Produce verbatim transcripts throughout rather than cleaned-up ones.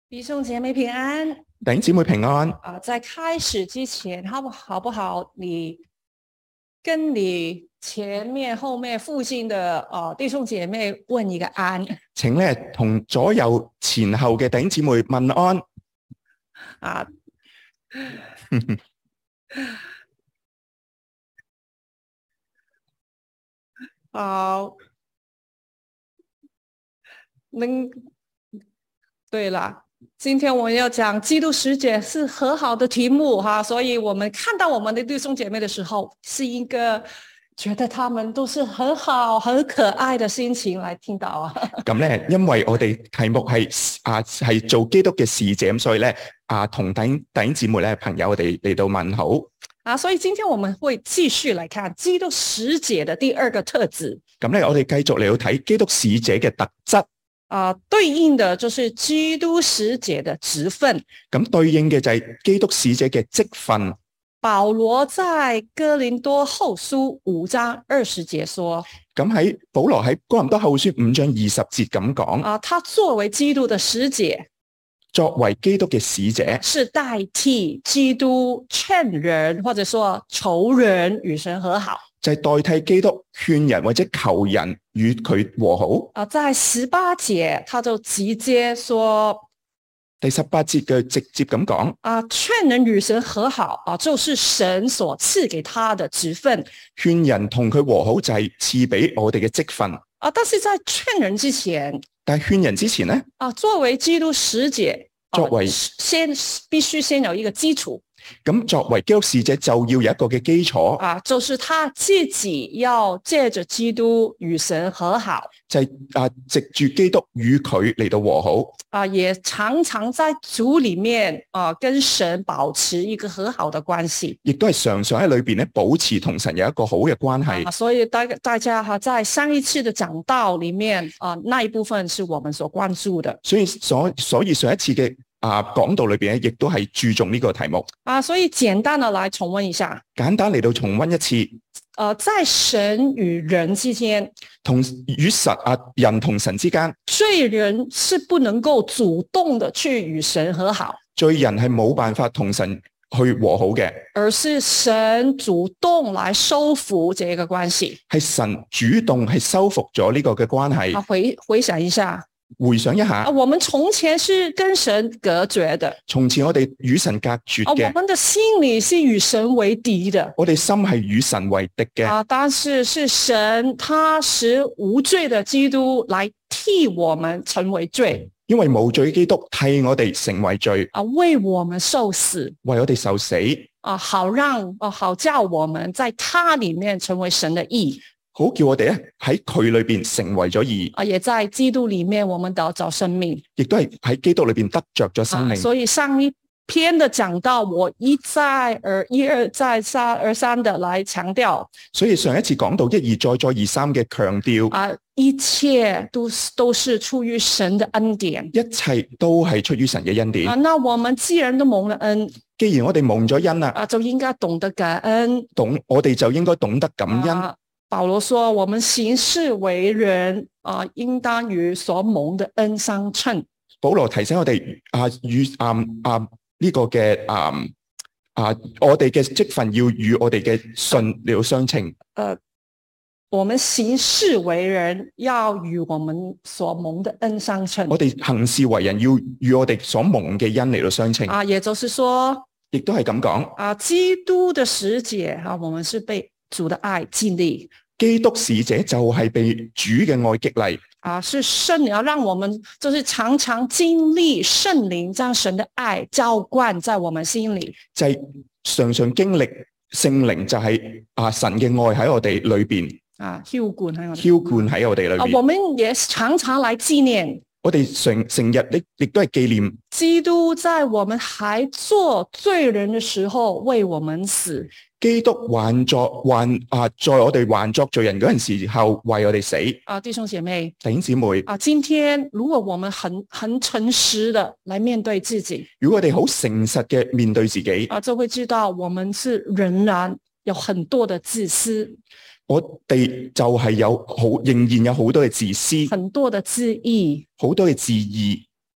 弟兄姐妹平安弟兄姊妹平安。 啊！在開始之前，好不好不好？你跟你前面、後面附近的啊弟兄姐妹問一個安請咧同左右前後嘅弟兄姊妹問安。 啊！好，能對啦。今天我們要講基督使者是和好的題目哈，所以我們看到我們的弟兄姐妹的時候，是一個覺得他們都是很好、很可愛的心情來聽到啊。 咁咧，因為我哋題目係啊係做基督嘅使者，咁所以咧啊同弟弟兄姊妹咧朋友我哋嚟到問好啊。所以今天我們會繼續來看基督使者的第二個特質。 咁咧，我哋繼續嚟到睇基督使者嘅特質。 啊，對應的就是基督使者的職分。 咁對應嘅就係基督使者嘅職分。 保羅在哥林多後書五章二十節說， 咁喺保羅喺哥林多後書五章二十節咁講， 啊，他作為基督的使者， 作為基督嘅使者， 是代替基督勸人或者說求人與神和好。 就係代替基督勸人或者求人與佢和好。 啊，在十八節，他就直接說， 第十八節嘅直接咁講， 啊，勸人與神和好啊，就是神所賜給他的職分。 勸人同佢和好就係賜俾我哋嘅職分。 啊，但是在勸人之前， 但係勸人之前呢， 啊，作為基督使者， 作為、 啊、先必須先有一個基礎。 咁作為基督使者就要有一個嘅基礎啊，就是他自己要借着基督與神和好， 就係、是、啊藉住基督與佢嚟到和好啊，也常常在主裏面啊跟神保持一個和好的關係， 亦都係常常喺裏邊咧保持同神有一個好嘅關係。 啊，所以大大家哈在上一次的講道裏面啊，那一部分是我們所關注的， 所以所所以上一次嘅啊講道裏邊咧，亦都係注重呢個題目啊，所以簡單的來重溫一下， 簡單嚟到重溫一次。 呃，在神與人之間， 同與神啊人同神之間， 罪人是不能夠主動的去與神和好， 罪人係冇辦法同神去和好嘅， 而是神主動來修復這個關係， 係神主動係修復咗呢個嘅關係。 啊，回回想一下。 回想一下， 啊，我們從前是跟神隔絕的， 從前我哋與神隔絕嘅， 啊，我們的心裏是與神為敵的， 我哋心係與神為敵嘅。 啊，但是是神他使無罪的基督來替我們成為罪， 因為無罪基督替我哋成為罪， 啊，為我們受死， 為我哋受死， 啊，好讓啊好叫我們在他裏面成為神的義。 好叫我哋咧喺佢裏邊成為咗義， 啊，也在基督裏面我們得着生命， 亦都係喺基督裏邊得着咗生命。 啊，所以上一篇的講到，我一再而一而再三而三的來強調。 所以上一次講到一而再再而三嘅強調， 啊，一切都都是出於神的恩典， 一切都係出於神嘅恩典。 啊，那我們既然都蒙了恩， 既然我哋蒙咗恩啦， 啊，就應該懂得感恩， 懂我哋就應該懂得感恩。 啊，保羅說，我們行事為人啊，應當與所蒙的恩相稱。 保羅提醒我哋啊，與啊啊呢個嘅啊啊，我哋嘅職分要與我哋嘅信嚟到相稱。誒、 呃，我們行事為人要與我們所蒙的恩相稱。 我哋行事為人要與我哋所蒙嘅恩嚟到相稱。 啊，也就是說， 亦都係咁講。 啊，基督的使者啊，我們是被主的愛激勵， 基督使者就係被主嘅愛激勵， 啊，是聖靈要讓我們就是常常經歷聖靈將神的愛澆灌在我們心裏， 就係、是、常常經歷聖靈就係、是、啊神嘅愛喺我哋裏邊啊澆灌喺我哋， 澆灌喺我哋裏邊、 啊。我們也常常來紀念， 我哋成成日亦亦都係紀念基督在我們還做罪人的時候為我們死。 基督還作還啊，在我哋還作罪人嗰陣時候為我哋死。 啊，弟兄姐妹， 弟兄姊妹， 啊，今天如果我們很很誠實的來面對自己， 如果我哋好誠實嘅面對自己， 啊，就會知道我們是仍然有很多的自私， 我哋就係有好仍然有好多嘅自私， 很多的自義， 好多嘅自義。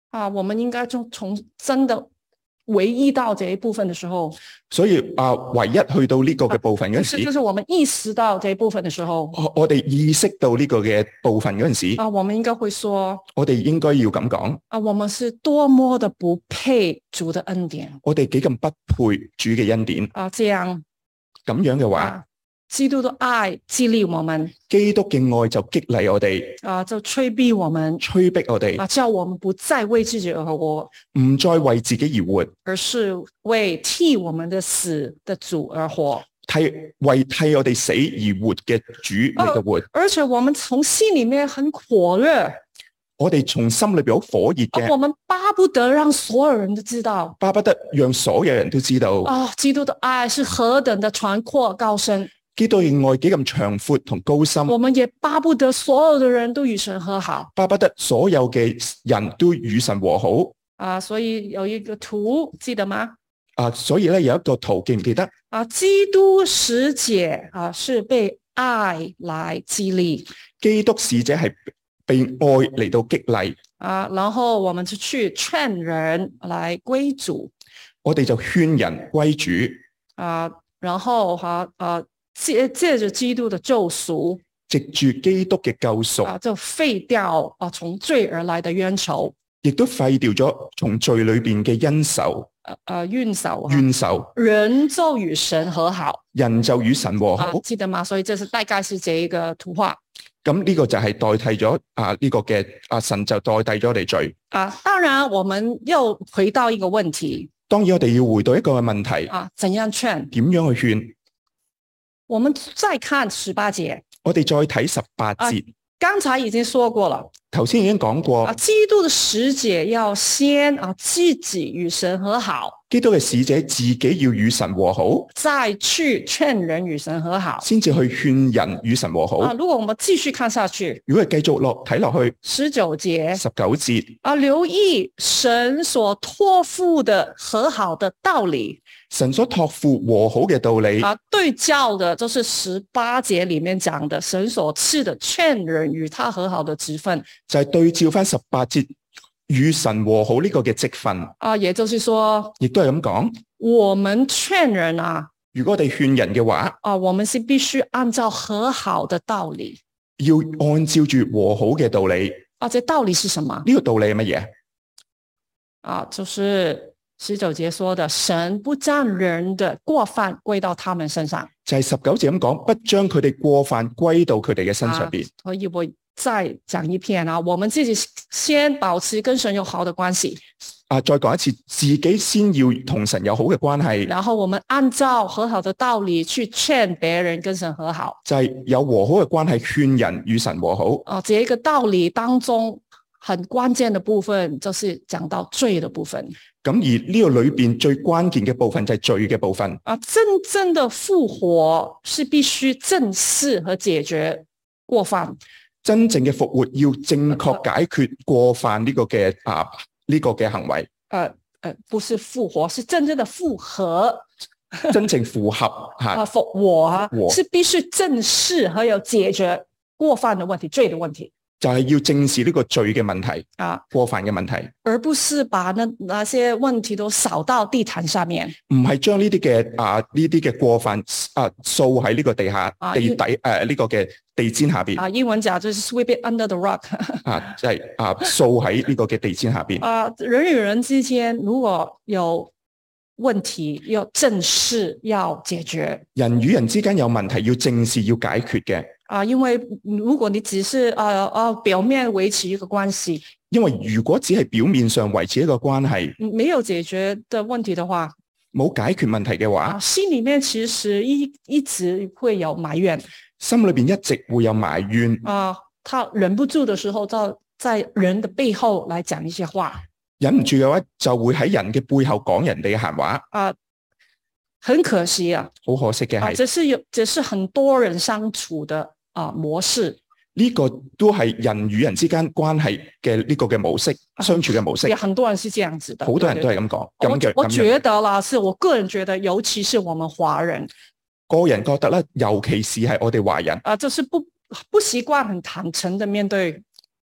啊，我們應該從從真的唯一到這一部分的時候， 所以啊，唯一去到呢個嘅部分嗰陣時， 啊，就是我們意識到這一部分的時候， 我我哋意識到呢個嘅部分嗰陣時， 啊，我們應該會說， 我哋應該要咁講， 啊，我們是多麼的不配主的恩典， 我哋幾咁不配主嘅恩典啊，這樣咁樣嘅話。 啊基督的愛激勵我們， 基督嘅愛就激勵我哋， 啊，就催逼我們， 催逼我哋， 啊，叫我們不再為自己而活， 唔再為自己而活， 而是為替我們的死的主而活， 替為替我哋死而活嘅主嚟到活， 而且我們從心裏面很火熱， 我哋從心裏邊好火熱嘅， 我們巴不得讓所有人都知道， 巴不得讓所有人都知道， 啊，基督的愛是何等的寬闊高深。 基督嘅愛幾咁長闊同高深， 我們也巴不得所有的人都與神和好， 巴不得所有嘅人都與神和好。 啊，所以有一個圖記得嗎？ 啊，所以咧有一個圖記唔記得？ 啊，基督使者啊是被愛來激勵， 基督使者係被愛嚟到激勵， 啊，然後我們就去勸人來歸主， 我哋就勸人歸主， 啊，然後哈啊。借借着基督的救贖， 藉住基督嘅救贖， 啊，就廢掉啊從罪而來的冤仇， 亦都廢掉咗從罪裏邊嘅恩仇， 誒、啊、誒冤仇， 冤仇， 人就與神和好， 人就與神和好， 啊，記得嗎？所以這是大概是這一個圖畫。 咁呢個就係代替咗啊呢個嘅啊神就代替咗我哋罪。 啊，當然我們又回到一個問題， 當然我哋要回到一個問題， 啊，怎樣勸？ 點樣去勸？ 我們再看十八節， 我哋再睇十八節， 啊，剛才已經說過了， 頭先已經講過， 啊，基督的使者要先啊自己與神和好， 基督嘅使者自己要與神和好， 再去勸人與神和好， 先至去勸人與神和好。 啊，如果我們繼續看下去， 如果係繼續落睇落去， 十九節， 十九節， 啊，留意神所託付的和好的道理。 神所託付和好嘅道理， 啊，對照的就是十八節裏面講的神所賜的勸人與他和好的職分， 就係、是、對照翻十八節與神和好呢個嘅職分。 啊，也就是說， 亦都係咁講， 我們勸人啊， 如果我哋勸人嘅話， 啊，我們是必須按照和好的道理， 要按照住和好嘅道理。 啊，這道理是什麼？ 呢、這個道理係乜嘢？ 啊，就是十九節說的，神不將人的過犯歸到他們身上， 就係十九節咁講，不將佢哋過犯歸到佢哋嘅身上邊。 啊，所以我再講一遍啊，我們自己先保持跟神有好的關係。 啊，再講一次，自己先要同神有好嘅關係， 然後我們按照和好的道理去勸別人跟神和好， 就係、是、有和好嘅關係，勸人與神和好。 啊，這個道理當中很關鍵的部分就是講到罪的部分。 咁而呢個裏邊最關鍵嘅部分就係罪嘅部分。 啊，真正的復活是必須正視和解決過犯。 真正嘅復活要正確解決過犯呢個嘅啊呢、這個嘅行為。 誒、呃、誒，不是復活，是真正的復合。 真正符合吓啊，復活啊， 活是必須正視和有解決過犯的問題、罪的問題。 就係、是、要正視呢個罪嘅問題啊， 過犯嘅問題， 而不是把那那些問題都掃到地毯上面。 唔係將呢啲嘅啊呢啲嘅過犯啊掃喺呢個地下、 啊、 地底誒呢、呃這個嘅地氈下邊。 啊，英文講就是 sweep it under the rug。 啊，即、就、係、是、啊掃喺呢個嘅地氈下邊。 啊，人與人之間如果有問題，要正視，要解決。 人與人之間有問題，要正視，要解決嘅。 啊，因為如果你只是啊啊表面維持一個關係， 因為如果只係表面上維持一個關係， 沒有解決的問題的話， 冇解決問題嘅話， 啊，心裏面其實一一直會有埋怨， 心裏邊一直會有埋怨。 啊，他忍不住的時候，就在人的背後來講一些話， 忍唔住嘅話，就會喺人嘅背後講人哋嘅閒話。 啊。很可惜啊， 好可惜嘅係、 啊，這是有，這是很多人相處的啊模式。 呢、這個都係人與人之間關係嘅呢個嘅模式，啊、相處嘅模式。 有很多人是這樣子的， 好多人都係咁講。咁嘅， 我我覺得啦，是我個人覺得，尤其是我們華人， 個人覺得咧，尤其是係我哋華人啊，就是不不習慣很坦誠的面對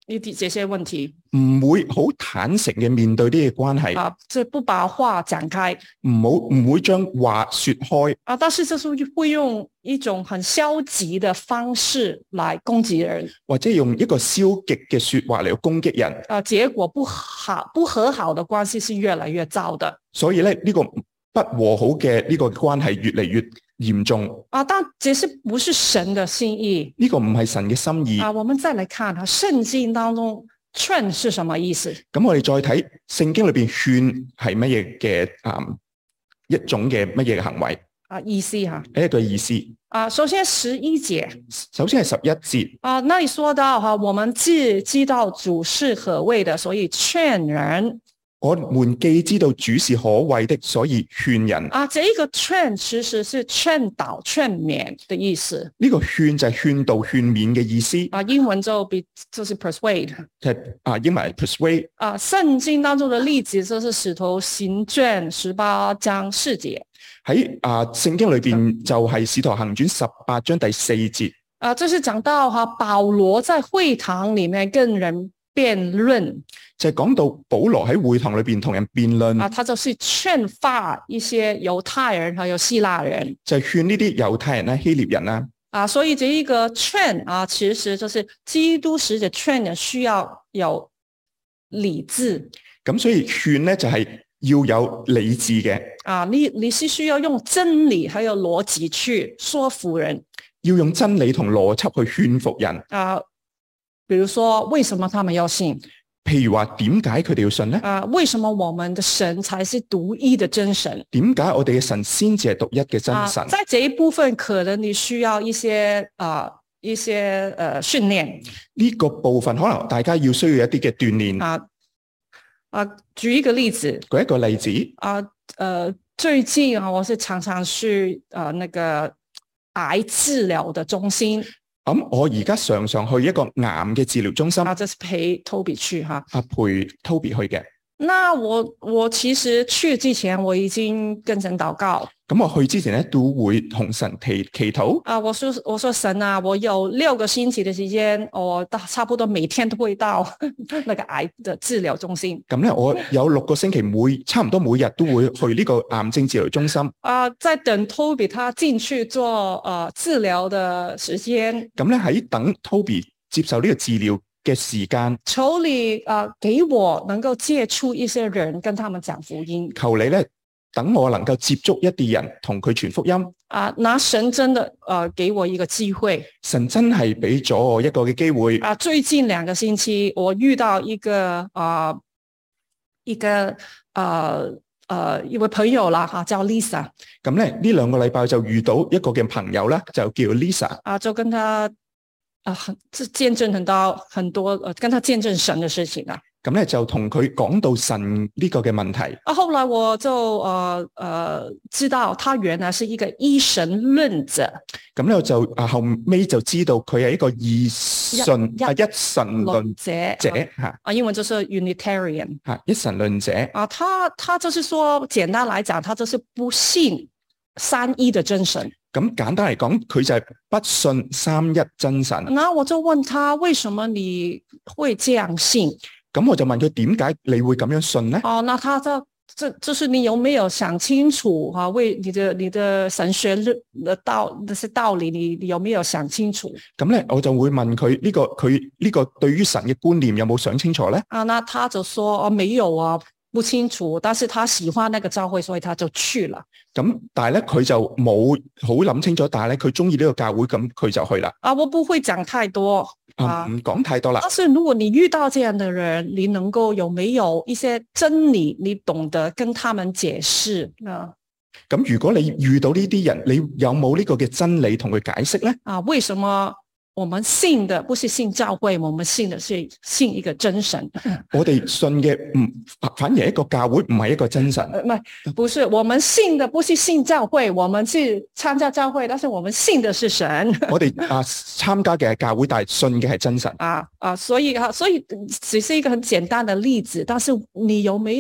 呢啲這些問題， 唔會好坦誠嘅面對呢個關係， 啊，即不把話展開， 唔好唔會將話說開， 啊，但是就是會用一種很消極的方式來攻擊人， 或者用一個消極嘅說話嚟攻擊人， 啊，結果不好不和好的關係是越來越糟的。 所以咧呢個不和好嘅呢個關係越嚟越嚴重。 啊，但這是不是神的心意？ 呢個唔係神嘅心意。 啊，我們再來看哈，聖經當中勸是什麼意思？ 咁我哋再睇聖經裏邊勸係乜嘢嘅啊一種嘅乜嘢嘅行為啊，意思哈？ 一個意思。 啊，首先十一節， 首先係十一節啊，那裡說到哈，我們既知道主是可畏的，所以勸人。 我們既知道主是可畏的，所以勸人。 啊，這個勸其實是勸導、勸勉的意思。 呢個勸就係勸導、勸勉嘅意思。 啊，英文就比就是 persuade。 就係啊，英文係 persuade。 啊，聖經當中的例子就是使徒行傳十八章四節。 喺啊聖經裏邊就係使徒行傳十八章第四節。 啊，這是講到哈保羅在會堂裡面跟人辯論， 就係講到保羅喺會堂裏邊同人辯論啊，他就是勸發一些猶太人還有希臘人， 就係勸呢啲猶太人啦、希臘人啦。 啊，所以這一個勸啊，其實就是基督使者勸人需要有理智。 咁所以勸咧就係要有理智嘅。 啊，你你是需要用真理還有邏輯去說服人， 要用真理同邏輯去勸服人。 啊。比如說，為什麼他們要信？ 譬如話，點解佢哋要信呢？ 啊，為什麼我們的神才是獨一的真神？ 點解我哋嘅神先至係獨一嘅真神？ 啊，在這一部分，可能你需要一些啊一些誒、呃、訓練。 呢個部分可能大家要需要一啲嘅鍛煉。 啊啊，舉一個例子。 舉一個例子。 啊，誒、呃，最近啊，我是常常去啊、呃、那個癌治療的中心。 咁、嗯、我而家常常去一個癌嘅治療中心。 啊，這是陪 Toby 去哈。 啊，陪 Toby 去嘅。 那我我其實去之前我已經跟神禱告。 咁我去之前咧都會同神祈祈禱。 啊，我說我說神啊，我有六個星期的時間，我差不多每天都會到那個癌的治療中心。 咁咧，我有六個星期每差唔多每日都會去呢個癌症治療中心。 啊，在等 Toby 他進去做呃治療的時間。 咁咧喺等 Toby 接受呢個治療嘅時間， 求你啊、呃，給我能夠接觸一些人，跟他們講福音。 求你咧。等我能夠接觸一啲人，同佢傳福音。 啊，那神真的，呃，給我一個機會。 神真係俾咗我一個嘅機會。 啊，最近兩個星期，我遇到一個啊、呃，一個呃呃一位朋友啦，哈，叫 Lisa。咁咧呢兩個禮拜就遇到一個嘅朋友啦，就叫 Lisa。 啊，就跟他啊，很見證很多很多，呃，跟他見證神嘅事情啊。 咁咧就同佢講到神呢個嘅問題。 啊，後來我就誒誒知道，他原來是一個一神論者。 咁咧我就啊後尾就知道佢係一個二神啊一神論者者嚇。 啊，英文就是 Unitarian 嚇，一神論者。 啊，他他就是說，簡單來講，他就是不信三一的真神。 咁簡單嚟講，佢就係不信三一真神。 那我就問他，為什麼你會這樣信？ 咁我就問佢點解你會咁樣信呢？ 哦，那他就這就是你有沒有想清楚哈？為你的你的神學的道那些道理，你你有沒有想清楚？ 咁咧，我就會問佢呢個佢呢個對於神嘅觀念有冇想清楚咧？ 啊，那他就說哦，沒有啊，不清楚，但是他喜歡那個教會，所以他就去了。 咁但係咧，佢就冇好諗清楚，但係咧佢中意呢個教會，咁佢就去啦。 啊，我不會講太多。 啊，唔講太多啦。 但是如果你遇到這樣的人，你能夠有沒有一些真理，你懂得跟他們解釋啊？ 咁如果你遇到呢啲人，你有冇呢個嘅真理同佢解釋咧？ 啊，為什麼我們信的不是信教會，我們信的是信一個真神？ 我哋信嘅唔反而係一個教會，唔係一個真神。 唔係，不是，我們信的不是信教會，我們是參加教會，但是我們信的是神。 我哋啊參加嘅係教會，但係信嘅係真神。 啊啊，所以啊，所以只是一個很簡單的例子，但是你有沒有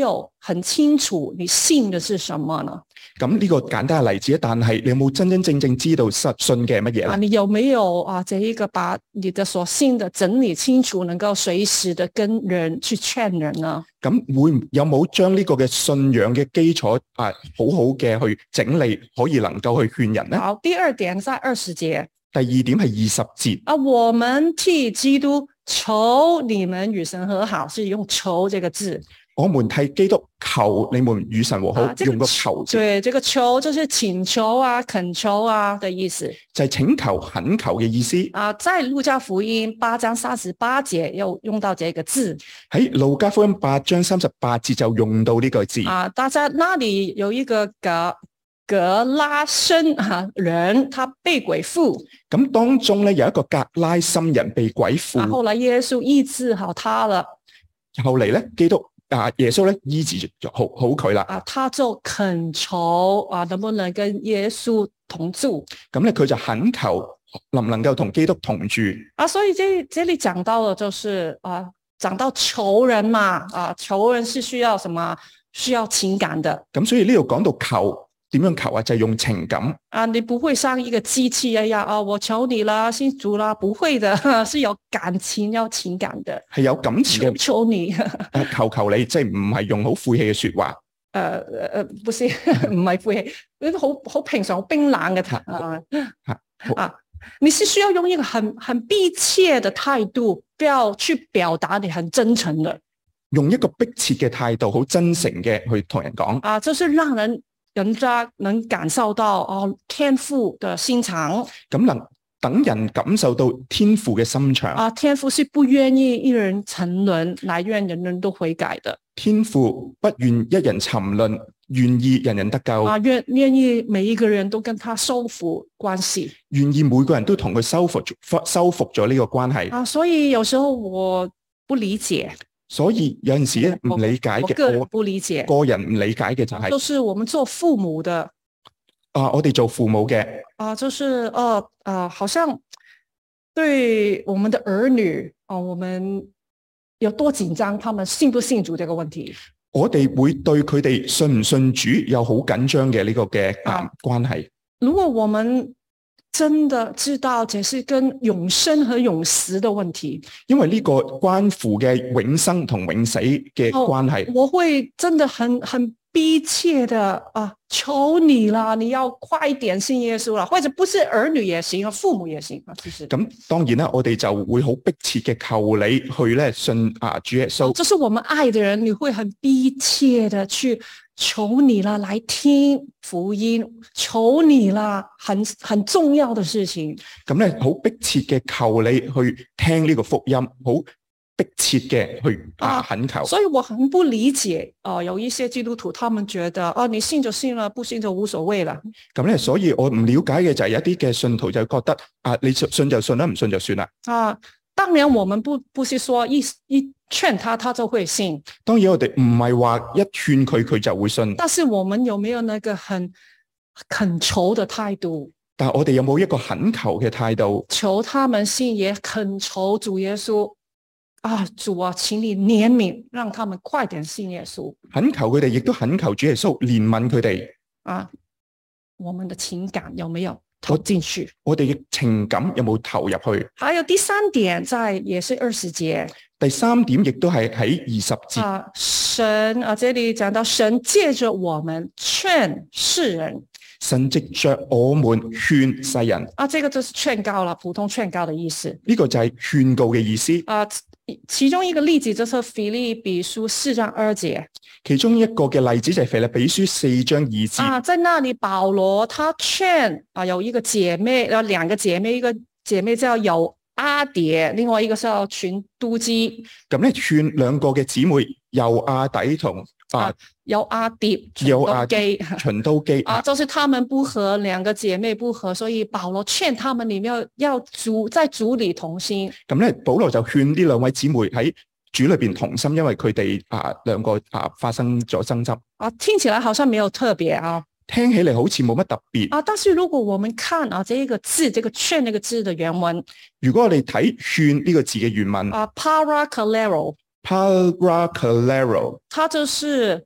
很清楚你信的是什麼呢？ 咁呢個簡單嘅例子，但係你有冇真真正正知道信信嘅係乜嘢啊， 咧？ 你有沒有啊？這一個把你的所信的整理清楚，能夠隨時的跟人去勸人呢？ 咁會唔有冇將呢個嘅信仰嘅基礎啊，好好嘅去整理，可以能夠去勸人呢？ 好，第二點在二十節。 第二點係二十節啊，我們替基督求你們與神和好，是用求這個字。 我們替基督求你們與神和好， 啊這個、 用個求字。 對，這個求就是請求啊、懇求啊的意思， 就係請求、懇求嘅意思。 啊，在路加福音八章三十八節又用到這個字。 喺路加福音八章三十八節就用到呢個字。 啊，大家那裡有一個格格拉森啊人，他被鬼附。 咁當中咧有一個格拉森人被鬼附。 啊，後來耶穌醫治好他了。 後嚟咧，基督。啊！耶穌咧醫治咗好好佢啦。 啊，他就懇求啊，能不能跟耶穌同住？ 咁咧佢就懇求能唔能夠同基督同住。 啊，所以這這裏講到的就是啊，講到求人嘛，啊，求人是需要什麼？需要情感的。 咁所以呢度講到求。點樣求啊？就係、是、用情感啊！你不會像一個機器一樣啊！我求你啦，信主啦，不會的，是有感情、有情感的， 係有感情嘅。 求求你， 求求你，即係唔係用好晦氣嘅說話。 誒誒誒，不是，唔係晦氣，嗰啲好好平常、好冰冷嘅態啊啊！你是需要用一個很很迫切的態度，不要去表達你很真誠的， 用一個迫切嘅態度，好真誠嘅去同人講啊，就是讓人。人家能感受到哦天父的心腸， 咁能等人感受到天父嘅心腸啊！天父是不願意一人沉淪，乃願人人都悔改的。 天父不願一人沉淪，願意人人得救。 啊，願願意每一個人都跟他修復關係， 願意每個人都同佢修復修復咗呢個關係。 啊，所以有時候我不理解。 所以有陣時咧唔理解嘅， 個人不理解， 個人唔理解嘅就係、是， 就是我們做父母的， 啊，我哋做父母嘅， 啊，就是，呃，呃，好像對我們的兒女，啊，我們有多緊張，他們信不信主這個問題， 我哋會對佢哋信唔信主有好緊張嘅呢個嘅啊關係。 如果我們真的知道這是跟永生和永死的問題， 因為呢個關乎嘅永生同永死嘅關係， 哦，我會真的很很迫切的啊，求你啦，你要快點信耶穌啦，或者不是兒女也行，父母也行啊，其實。 咁當然啦，我哋就會好迫切嘅求你去咧信啊主耶穌。 這是我們愛的人，你會很迫切的去。求你啦，來聽福音，求你啦，很很重要的事情。 咁咧，好迫切嘅求你去聽呢個福音，好迫切嘅去啊懇求。 所以我很不理解啊、呃，有一些基督徒，他們覺得哦，你信就信啦，不信就無所謂啦。 咁咧，所以我唔了解嘅就係有啲嘅信徒就覺得啊，你信就信啦，唔信就算啦。 啊，當然我們不不是說一一。勸他，他就會信。 當然我哋唔係話一勸佢，佢就會信。 但是我們有沒有那個很懇求的態度？ 但係我哋有冇一個懇求嘅態度？ 求他們信，也懇求主耶穌啊，主啊，請你憐憫，讓他們快點信耶穌。 懇求佢哋，亦都懇求主耶穌憐憫佢哋。 啊，我們的情感有沒有投進去？ 我哋嘅情感有冇投入去？ 還有第三點，在也是二十節。 第三點亦都係喺二十節。 啊，神啊，這裏講到神借着我們勸世人， 神藉着我們勸世人。 啊，這個就是勸告了，普通勸告的意思。 呢、這個就係勸告嘅意思。 啊，其中一個例子就是腓立比書四章二節。 其中一個嘅例子就係腓立比書四章二節。 啊，在那裏保羅他勸啊，有一個姐妹，有兩個姐妹，一個姐妹叫有阿蝶，另外一個叫全都基。咁咧勸兩個嘅姊妹，有阿底同啊， 有阿蝶、 有阿基、 循都基啊，就是他們不和，兩個姐妹不和，所以保羅勸他們裏面要要主在主裏同心。 咁咧，保羅就勸呢兩位姊妹喺主裏邊同心，因為佢哋啊兩個啊發生咗爭執。 啊，聽起來好像沒有特別啊。 聽起嚟好似冇乜特別啊，但是如果我們看啊，這一個字，這個勸那個字的原文， 如果我哋睇勸呢個字嘅原文啊 ，parakaleo，parakaleo， parakaleo， 它就是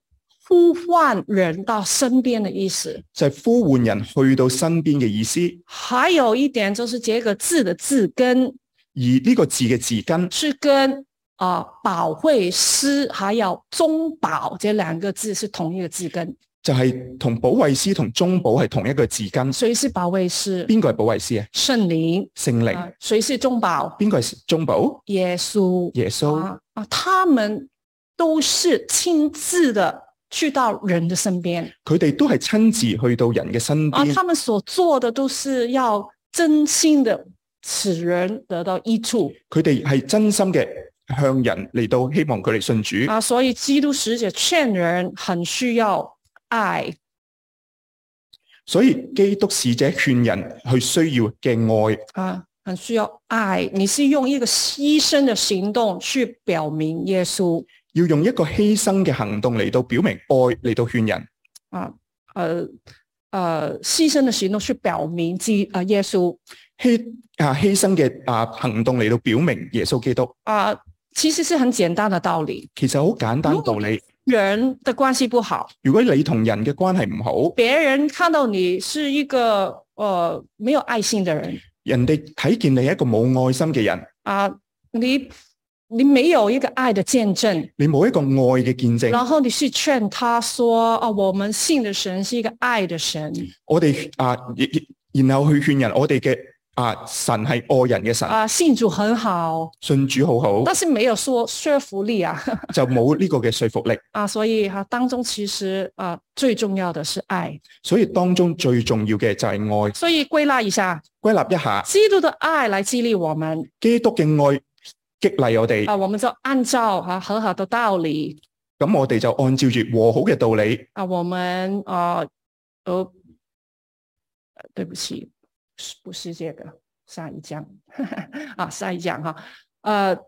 呼喚人到身邊的意思。 就係呼喚人去到身邊嘅意思。 還有一點就是這個字的字根， 而呢個字嘅字根是跟啊、呃、保惠師還有中保這兩個字是同一個字根。 就係同保惠師同中保係同一個字根。 誰是保惠師？ 邊個係保惠師啊？ 聖靈。 聖靈。 啊，誰是中保？ 邊個係中保？ 耶穌。 耶穌。 啊啊，他們都是親自的去到人的身邊。 佢哋都係親自去到人嘅身邊。 啊，他們所做的都是要真心的使人得到益處。 佢哋係真心嘅向人嚟到希望佢哋信主。 啊，所以基督使者勸人很需要愛， 所以基督使者勸人去需要嘅愛啊，很需要愛。你是用一個犧牲的行動去表明耶穌， 要用一個犧牲嘅行動嚟到表明愛，嚟到勸人。 啊，呃，呃，犧牲的行動去表明基啊耶穌， 犧啊犧牲嘅啊行動嚟到表明耶穌基督。 啊，其實是很簡單的道理。 其實好簡單道理。 人的關係不好， 如果你同人嘅關係唔好， 別人看到你是一個呃沒有愛心的人， 人哋睇見你係一個冇愛心嘅人， 啊，你你沒有一個愛的見證， 你冇一個愛嘅見證， 然後你去勸他說啊，我們信的神是一個愛的神， 我哋啊，然後去勸人，我哋嘅啊神係愛人嘅神， 啊，信主很好， 信主好好， 但是沒有說說服力啊， 就冇呢個嘅說服力啊，所以哈、啊、當中其實啊最重要的是愛， 所以當中最重要嘅就係愛。 所以歸納一下， 歸納一下， 基督的愛來激勵我們， 基督嘅愛激勵我哋， 啊，我們就按照啊和好的道理， 咁我哋就按照住和好嘅道理， 啊，我們啊，呃，對不起。不是這個下一章啊，下一章哈，呃，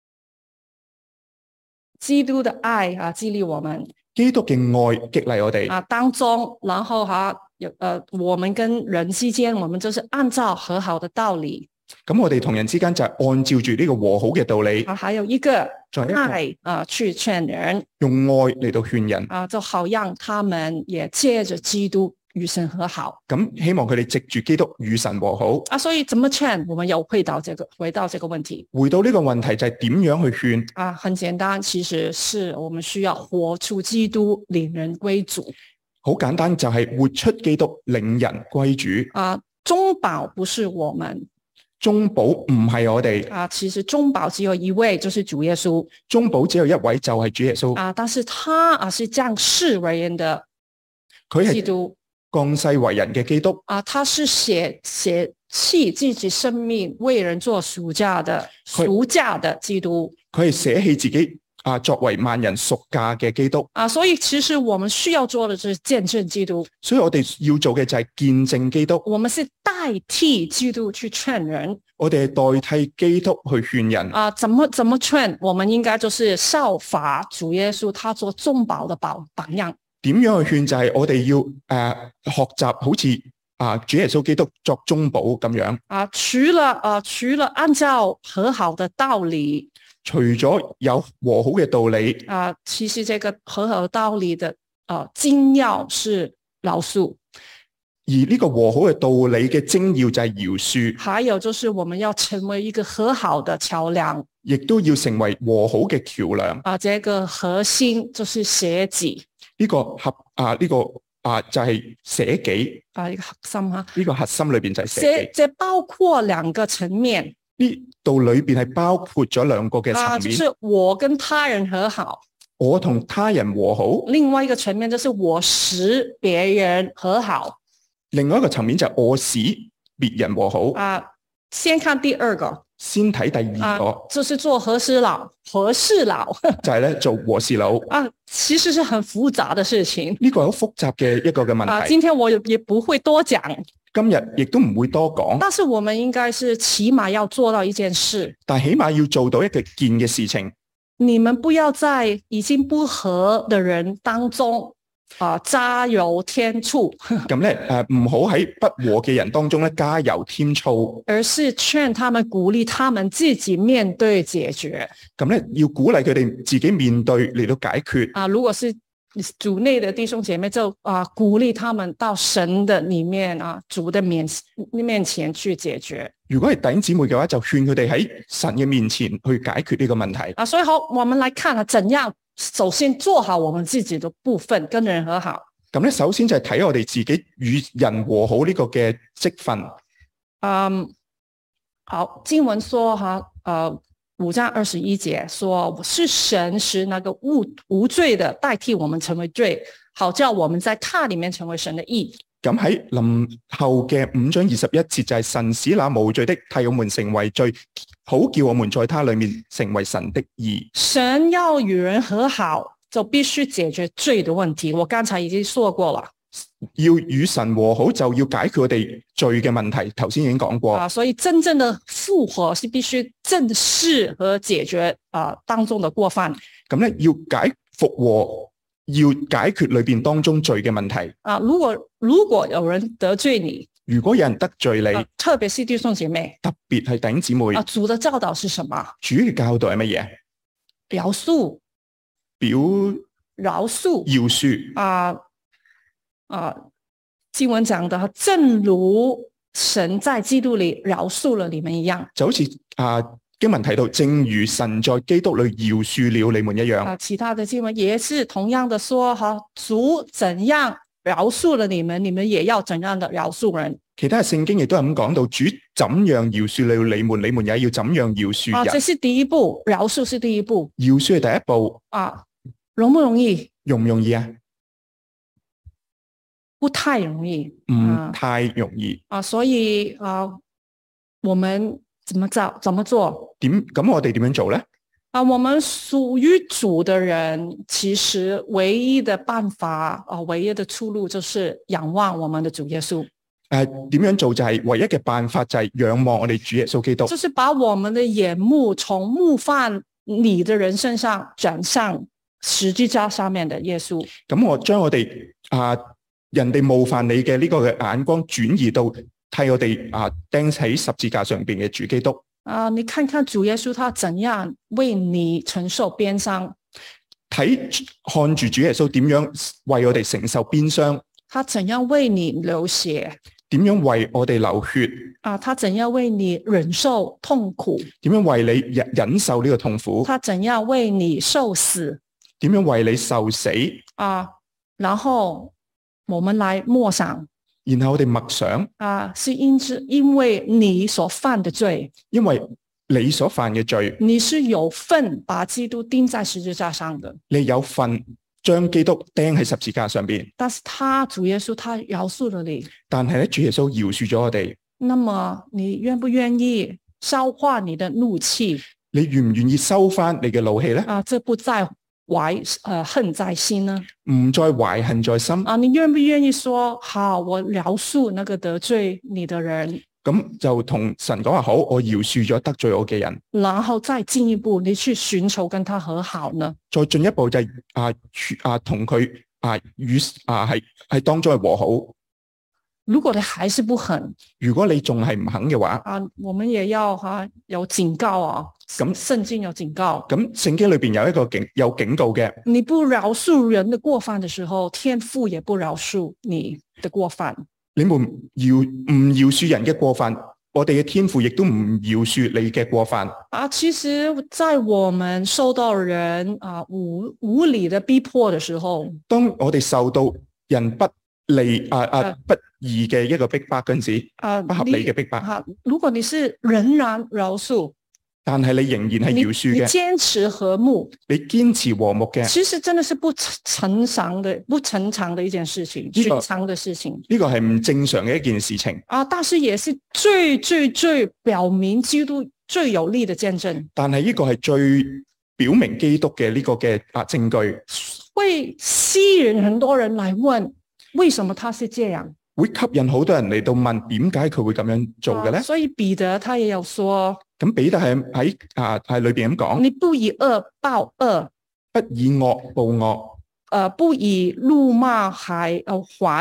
基督的愛啊激勵我們， 基督嘅愛激勵我哋啊當中，然後哈有呃，我們跟人之間，我們就是按照和好的道理， 咁我哋同人之間就係按照住呢個和好嘅道理， 啊，還有一個愛啊去勸人， 用愛嚟到勸人， 啊，就好讓他們也借着基督與神和好， 咁希望佢哋藉住基督與神和好。 啊，所以怎麼勸？我們又回到這個，回到這個問題。 回到呢個問題就係點樣去勸？ 啊，很簡單，其實是我們需要活出基督，領人歸主。 好簡單，就係活出基督，領人歸主。 啊，中保不是我們， 中保唔係我哋。 啊，其實中保只有一位，就是主耶穌。 中保只有一位，就係主耶穌。 啊，但是他啊是降世為人的， 佢係基督。 降世為人嘅基督啊，他是捨捨棄自己生命為人做贖價的贖價的基督， 佢係捨棄自己啊作為萬人贖價嘅基督啊，所以其實我們需要做的就是見證基督， 所以我哋要做嘅就係見證基督， 我們是代替基督去勸人， 我哋係代替基督去勸人啊，怎麼怎麼勸？我們應該就是效法主耶穌，他做中保的榜榜樣。 點樣去勸就係我哋要誒、呃、學習好似啊主耶穌基督作中保咁樣啊，除了啊除了按照和好的道理， 除咗有和好嘅道理啊，其實這個和好的道理的啊精要是饒恕， 而呢個和好嘅道理嘅精要就係饒恕， 還有就是我們要成為一個和好的橋樑， 亦都要成為和好嘅橋樑。 啊，這個核心就是捨己。 呢、這個核啊，呢、這個啊就係、是、捨己啊，一個核心哈。呢、 這個核心裏邊就係捨己。 這這包括兩個層面。 呢度裏邊係包括咗兩個嘅層面。 啊，就是我跟他人和好， 我同他人和好。 另外一個層面就是我使別人和好。 另外一個層面就係我使別人和好。 啊，先看第二個。 先睇第二個， 啊、就是做和事佬，和事佬就係、是、咧做和事佬啊，其實是很複雜的事情。 呢、這個好複雜嘅一個嘅問題。 啊，今天我也不會多講， 今日亦都唔會多講。 但是我們應該是起碼要做到一件事， 但起碼要做到一個件嘅事情。 你們不要在已經不和的人當中。啊！加油添醋， 咁咧誒，唔好喺不和嘅人當中咧加油添醋， 而是勸他們、鼓勵他們自己面對解決。 咁咧要鼓勵佢哋自己面對嚟到解決。 啊，如果是主內的弟兄姐妹就啊鼓勵他們到神的裏面啊主的面面前去解決。 如果係弟兄姊妹嘅話，就勸佢哋喺神嘅面前去解決呢個問題。 啊，所以好，我們來看啊，怎樣首先做好我們自己的部分，跟人和好。 咁咧，首先就係睇我哋自己與人和好呢個嘅職分。 嗯，好，經文說哈，呃，五章二十一節說，是神使那個無無罪的代替我們成為罪，好叫我們在他裏面成為神的義。 咁喺臨後嘅五章二十一節就係神使那無罪的替我們成為罪，好叫我們在他裏面成為神的義。 神要與人和好，就必須解決罪的問題。我剛才已經說過了， 要與神和好就要解決我哋罪嘅問題。頭先已經講過啊，所以真正的復活是必須正視和解決啊當中的過犯。 咁咧要解復和。要解決裏邊當中罪嘅問題啊！如果如果有人得罪你， 如果有人得罪你， 啊、特別是弟兄姐妹， 特別係弟兄姊妹， 啊，主的教導是什麼？ 主嘅教導係乜嘢？ 饒恕， 表饒恕， 饒恕啊啊！經文講的，正如神在基督裏饒恕了你們一樣， 就好似啊。經文提到，正如神在基督裏饒恕了你們一樣。 啊，其他的經文也是同樣的說，哈，主怎樣饒恕了你們，你們也要怎樣的饒恕人。 其他嘅聖經亦都係咁講到，主怎樣饒恕了你們，你們也要怎樣饒恕人。 啊，這是第一步，饒恕是第一步。 饒恕係第一步。 啊，容不容易？ 容唔容易啊？ 不太容易， 唔太容易。 啊，所以啊，我們怎麼做？怎麼做？ 點咁我哋點樣做咧？ 啊，我們屬於主的人，其實唯一的辦法啊，唯一的出路就是仰望我們的主耶穌。誒、 呃，點樣做就係唯一嘅辦法就係仰望我哋主耶穌基督， 就是把我們的眼目從冒犯你的人身上轉向十字架上面的耶穌。咁我將我哋啊、呃、人哋冒犯你嘅呢個嘅眼光轉移到替我哋啊釘喺十字架上邊嘅主基督。 啊！你看看主耶穌他怎樣為你承受鞭傷， 睇看住主耶穌點樣為我哋承受鞭傷， 他怎樣為你流血， 點樣為我哋流血啊！他怎樣為你忍受痛苦， 點樣為你忍忍受呢個痛苦， 他怎樣為你受死， 點樣為你受死啊！然後我們來默想。 然後我哋默想啊，是因之因為你所犯的罪， 因為你所犯嘅罪， 你是有份把基督釘在十字架上的， 你有份將基督釘喺十字架上邊。 但是他主耶穌他饒恕了你， 但係咧主耶穌饒恕咗我哋。 那麼你願不願意消化你的怒氣？ 你願唔願意收翻你嘅怒氣咧？ 啊，這不在懷誒、呃、恨在心呢？ 唔再懷恨在心啊！你願不願意說好，我饒恕那個得罪你的人？ 咁就同神講話好，我饒恕咗得罪我嘅人。 然後再進一步，你去尋求跟他和好呢？ 再進一步就係啊啊同佢啊與啊係喺當中係和好。 如果你還是不肯， 如果你仲係唔肯嘅話， 啊，我們也要哈、啊、有警告啊。咁聖經有警告， 咁聖經裏邊有一個警有警告嘅。你不饒恕人的過犯的時候，天父也不饒恕你的過犯。 你們要唔饒恕人嘅過犯，我哋嘅天父亦都唔饒恕你嘅過犯。 啊，其實，在我們受到人啊無無理的逼迫的時候， 當我哋受到人不利啊啊不義嘅一個逼迫嗰陣時， 啊不合理嘅逼迫。 啊，如果你是仍然饒恕， 但係你仍然係饒恕嘅， 你堅持和睦， 你堅持和睦嘅， 其實真的是不尋常的、不尋常的一件事情， 這個、 尋常的事情。 呢個係唔正常嘅一件事情啊，但是也是最最最表明基督最有力的見證。 但係呢個係最表明基督嘅呢個嘅啊證據， 會吸引很多人來問，為什麼他是這樣？ 會吸引好多人嚟到問，點解佢會咁樣做嘅咧？ 啊，所以彼得他也有說， 咁彼得係喺啊係裏邊咁講， 你不以惡報惡， 不以惡報惡， 誒、呃，不以辱罵還誒還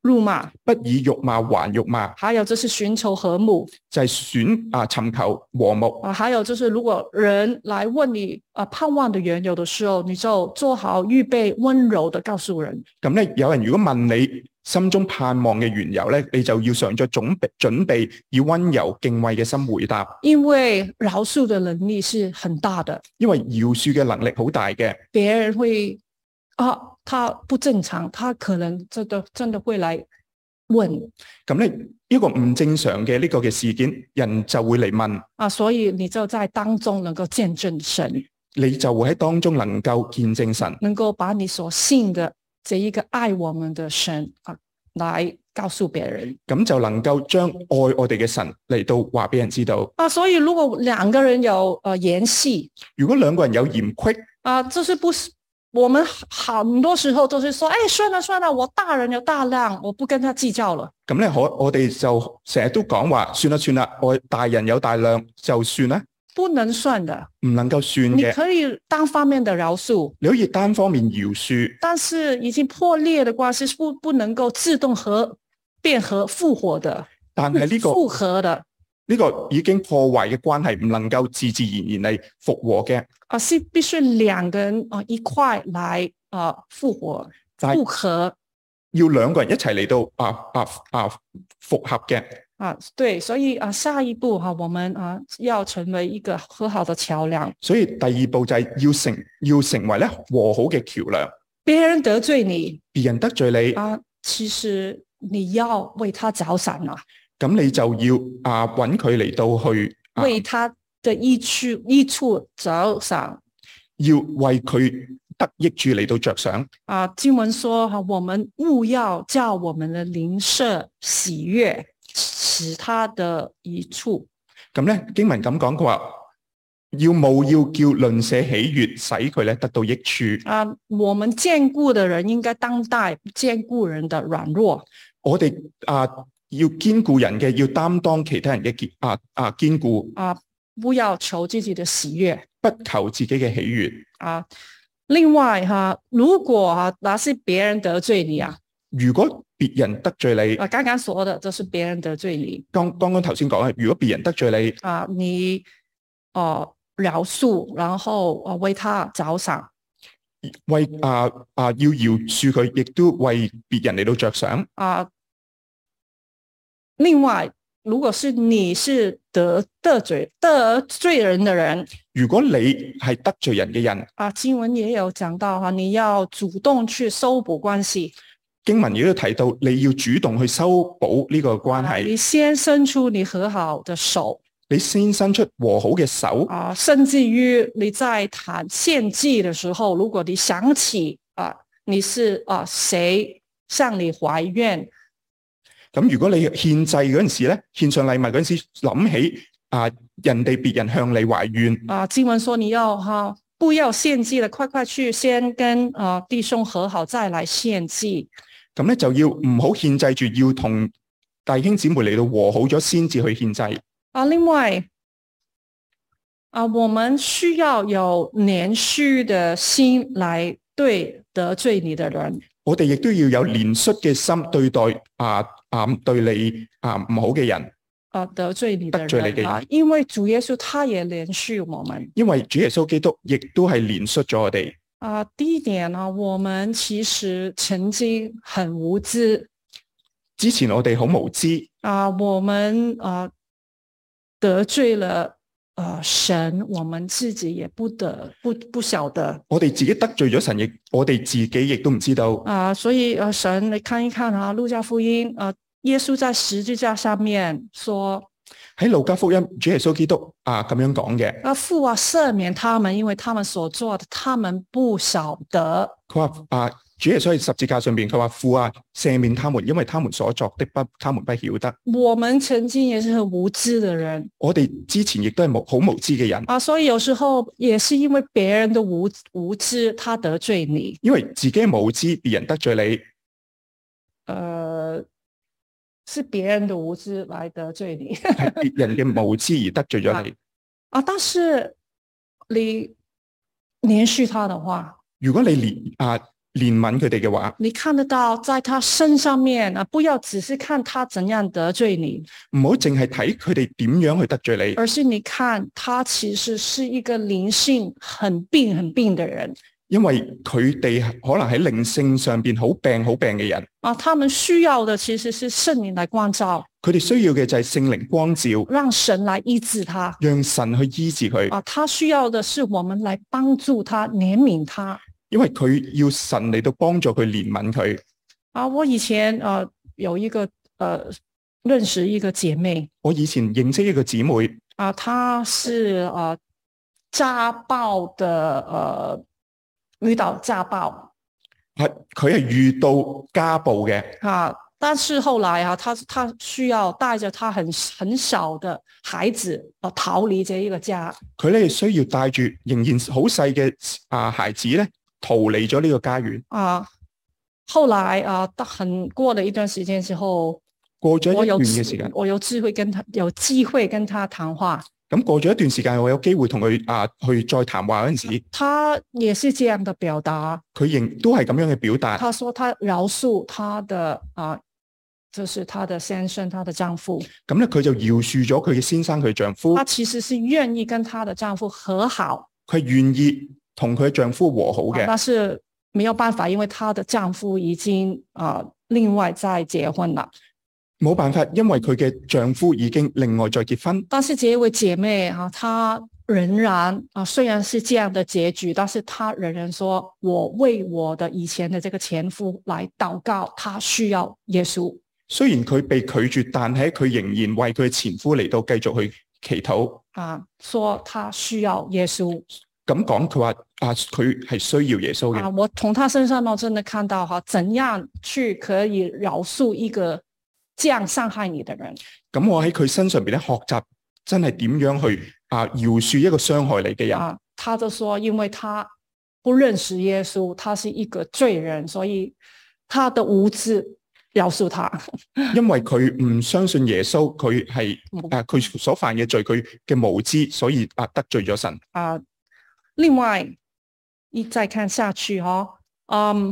辱罵， 不以辱罵還辱罵， 還有就是尋求和睦， 就係選啊尋求和睦啊，還有就是如果人來問你啊盼望的緣由的時候，你就做好預備，溫柔的告訴人。 咁咧，有人如果問你心中盼望嘅緣由咧，你就要上咗準備準備，以溫柔敬畏嘅心回答。 因為饒恕的能力是很大的， 因為饒恕嘅能力好大嘅， 別人會啊，他不正常，他可能真的真的會來問。 咁咧，一個唔正常嘅呢個嘅事件，人就會嚟問啊，所以你就在當中能夠見證神， 你就會喺當中能夠見證神， 能夠把你所信的這一個愛我們的神啊，來告訴別人， 咁就能夠將愛我哋嘅神嚟到話俾人知道。 啊，所以如果兩個人有呃嫌隙， 如果兩個人有嫌隙啊，就是不是我們很多時候都是說，哎，算了算了，我大人有大量，我不跟他計較了。 咁咧，我我哋就成日都講話，算啦算啦，我大人有大量就算啦， 不能算的， 唔能夠算嘅。 你可以單方面的饒恕， 你可以單方面饒恕， 但是已經破裂的關係不不能夠自動和變和復活的， 但係呢個復合的。 呢個已經破壞嘅關係唔能夠自自然然嚟復和嘅， 啊，是必須兩個人啊一塊來啊復活復合， 要兩個人一齊嚟到啊啊啊復合嘅。 啊，對，所以啊下一步哈、啊，我們啊要成為一個和好的橋樑。 所以第二步就係要成要成為咧和好嘅橋樑。 別人得罪你， 別人得罪你啊，其實你要為他着想啊。 咁你就要啊揾佢嚟到去、啊、 為他的益處益處着想， 要為佢得益處嚟到着想。 啊，經文說哈，我們務要叫我們的鄰舍喜悅，使他的益處。 咁咧經文咁講，佢話要務要叫鄰舍喜悅，使佢咧得到益處。 啊，我們眷顧的人應該當代眷顧人的軟弱。 我哋啊。要堅固人嘅，要擔當其他人嘅堅啊啊堅固啊，不要求自己的喜悅， 不求自己嘅喜悅啊。另外哈、啊，如果啊那是別人得罪你啊， 如果別人得罪你， 啊，剛剛說的就是別人得罪你。 剛剛剛頭先講啊，如果別人得罪你啊，你哦饒恕，然後啊為他着想， 為啊啊要饒恕佢，亦都為別人嚟到着想啊。另外，如果是你是得得罪得罪人的人， 如果你係得罪人嘅人， 啊，經文也有講到哈，你要主動去修補關係。 經文亦都提到你要主動去修補呢個關係。 啊，你先伸出你和好的手， 你先伸出和好嘅手啊，甚至於你在談獻祭的時候，如果你想起啊，你是啊誰向你懷怨。 咁如果你獻祭嗰陣時咧，獻上禮物嗰陣時諗起啊，人哋別人向你懷怨啊，經文說你要哈、啊，不要獻祭了，快快去先跟啊弟兄和好，再來獻祭。 咁咧就要唔好獻祭住，要同弟兄姊妹嚟到和好咗先至去獻祭。 啊，另外啊，我們需要有憐恤的心來對得罪你的人。 我哋亦都要有憐恤嘅心對待啊啊對你啊唔好嘅人啊得罪你的人， 得罪你嘅人啊，因為主耶穌他也憐恤我們， 因為主耶穌基督亦都係憐恤咗我哋。 啊，第一點呢，我們其實曾經很無知， 之前我哋好無知啊，我們啊得罪了啊神，我們自己也不得不不曉得， 我哋自己得罪咗神，亦我哋自己亦都唔知道啊，所以啊神，你看一看啊，路加福音啊，耶穌在十字架上面說。 喺路加福音，主耶穌基督啊咁樣講嘅。 啊，父啊，赦免他們，因為他們所做的，他們不曉得。 佢話啊，主耶穌喺十字架上邊，佢話父啊，赦免他們，因為他們所作的不，他們不曉得。 我們曾經也是很無知的人， 我哋之前亦都係無好無知嘅人啊，所以有時候也是因為別人的無無知，他得罪你。 因為自己無知，別人得罪你。 呃。是別人的無知來得罪你， 係別人嘅無知而得罪咗你。 啊，但是你憐恤他的話， 如果你憐啊憐憫佢哋嘅話， 你看得到在他身上面啊，不要只是看他怎樣得罪你， 唔好淨係睇佢哋點樣去得罪你， 而是你看他其實是一個靈性很病很病的人。 因為佢哋可能喺靈性上邊好病好病嘅人啊，他們需要的其實是聖靈來光照， 佢哋需要嘅就係聖靈光照， 讓神來醫治他， 讓神去醫治佢。 啊，他需要的是我們來幫助他、憐憫他， 因為佢要神嚟到幫助佢憐憫佢。 啊，我以前呃有一個呃認識一個姐妹， 我以前認識一個姊妹， 啊，她是呃家暴的呃。遇到家暴， 係佢係遇到家暴嘅， 啊！但是後來啊，他他需要帶着他很很小的孩子啊逃離這一個家。 佢咧需要帶住仍然好細嘅啊孩子咧逃離咗呢個家園。 啊，後來啊，很過了一段時間之後， 過咗一段嘅時間， 我有機會跟他有機會跟他談話。 咁過咗一段時間，我有機會同佢啊去再談話嗰陣時， 他也是這樣的表達， 佢仍都係咁樣嘅表達。 他說他饒恕他的啊，就是他的先生，他的丈夫。 咁咧，佢就饒恕咗佢嘅先生，佢丈夫。 他其實是願意跟他的丈夫和好， 佢願意同佢嘅丈夫和好嘅， 啊，但是沒有辦法，因為他的丈夫已經啊另外再結婚了。 冇辦法，因為佢嘅丈夫已經另外再結婚。 但是這位姐妹啊，她仍然啊，雖然是這樣的結局，但是她仍然說，我為我的以前的這個前夫來禱告，他需要耶穌。 雖然佢被拒絕，但係佢仍然為佢嘅前夫嚟到繼續去祈禱。 啊，說他需要耶穌。 咁講，佢話啊，佢係需要耶穌嘅。 啊，我從他身上呢，真的看到哈，怎樣去可以饒恕一個這樣傷害你的人。 咁我喺佢身上邊咧學習，真係點樣去啊饒恕一個傷害你嘅人。 啊，他就說，因為他不認識耶穌，他是一個罪人，所以他的無知饒恕他。 因為佢唔相信耶穌，佢係啊佢所犯嘅罪，佢嘅無知，所以啊得罪咗神。 啊，另外你再看下去哈，嗯。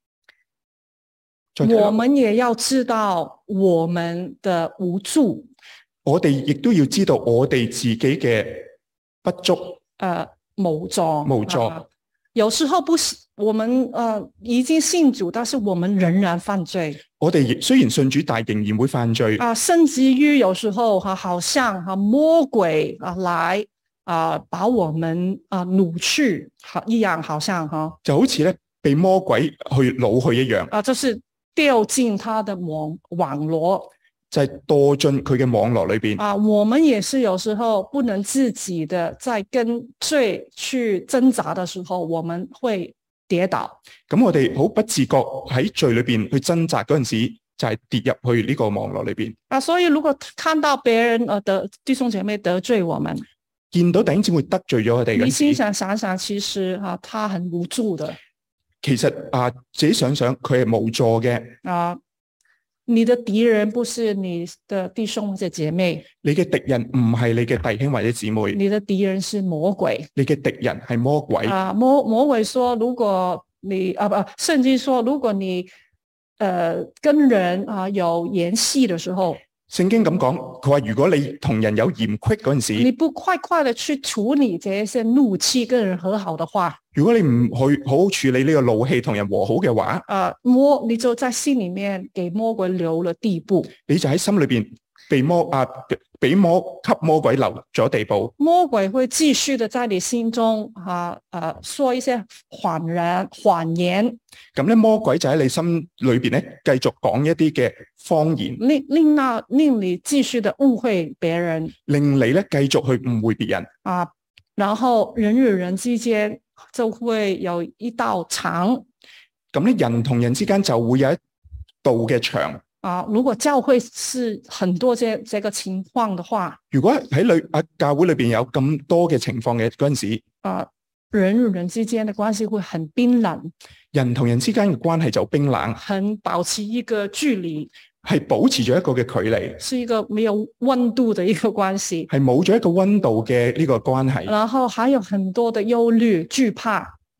我們也要知道我們的無助， 我哋亦都要知道我哋自己嘅不足，誒、 呃，無助， 無助、 呃。有時候不是我們誒、呃、已經信主，但是我們仍然犯罪。我哋雖然信主，但仍然會犯罪。 啊、呃，甚至於有時候哈，好像哈魔鬼啊來啊、呃、把我們啊擄去，好一樣，好像哈， 就好似咧被魔鬼去擄去一樣。 啊、呃，就是。掉進他的網網羅， 就係、是、墮進佢嘅網絡裏邊。 啊，我們也是有時候不能自己的在跟罪去掙扎的時候，我們會跌倒。 咁我哋好不自覺喺罪裏邊去掙扎嗰陣時，就係、是、跌入去呢個網絡裏邊。 啊，所以如果看到別人誒的弟兄姐妹得罪我們， 見到弟兄姊妹得罪咗我哋， 你心想想想，其實啊，他很無助的。 其實啊，自己想想，佢係無助嘅。 啊，你的敵人不是你的弟兄或者姐妹， 你嘅敵人唔係你嘅弟兄或者姊妹， 你的敵人是魔鬼。 你嘅敵人係魔鬼。啊， 魔魔鬼說，如果你啊不，聖經說，如果你，誒、呃、跟人啊有嫌隙的時候。 聖經咁講，佢話如果你同人有嫌隙嗰陣時， 你不快快的去處理這些怒氣，跟人和好的話， 如果你唔去好好處理呢個怒氣，同人和好嘅話， 啊魔你就在心裏面給魔鬼留了地步， 你就喺心裏邊被魔啊俾魔給魔鬼留咗地步。 魔鬼會繼續的在你心中啊啊說一些謊言謊言。 咁咧，魔鬼就喺你心裏邊咧，繼續講一啲嘅謊言， 令令那令你繼續的誤會別人， 令你咧繼續去誤會別人啊，然後人與人之間就會有一道牆。 咁咧，人同人之間就會有一道嘅牆。 啊，如果教會是很多這這個情況的話， 如果喺裏啊教會裏邊有咁多嘅情況嘅嗰陣時， 啊，人與人之間的關係會很冰冷， 人同人之間嘅關係就冰冷， 很保持一個距離， 係保持咗一個嘅距離， 是一個沒有溫度的一個關係， 係冇咗一個溫度嘅呢個關係， 然後還有很多的憂慮、懼怕。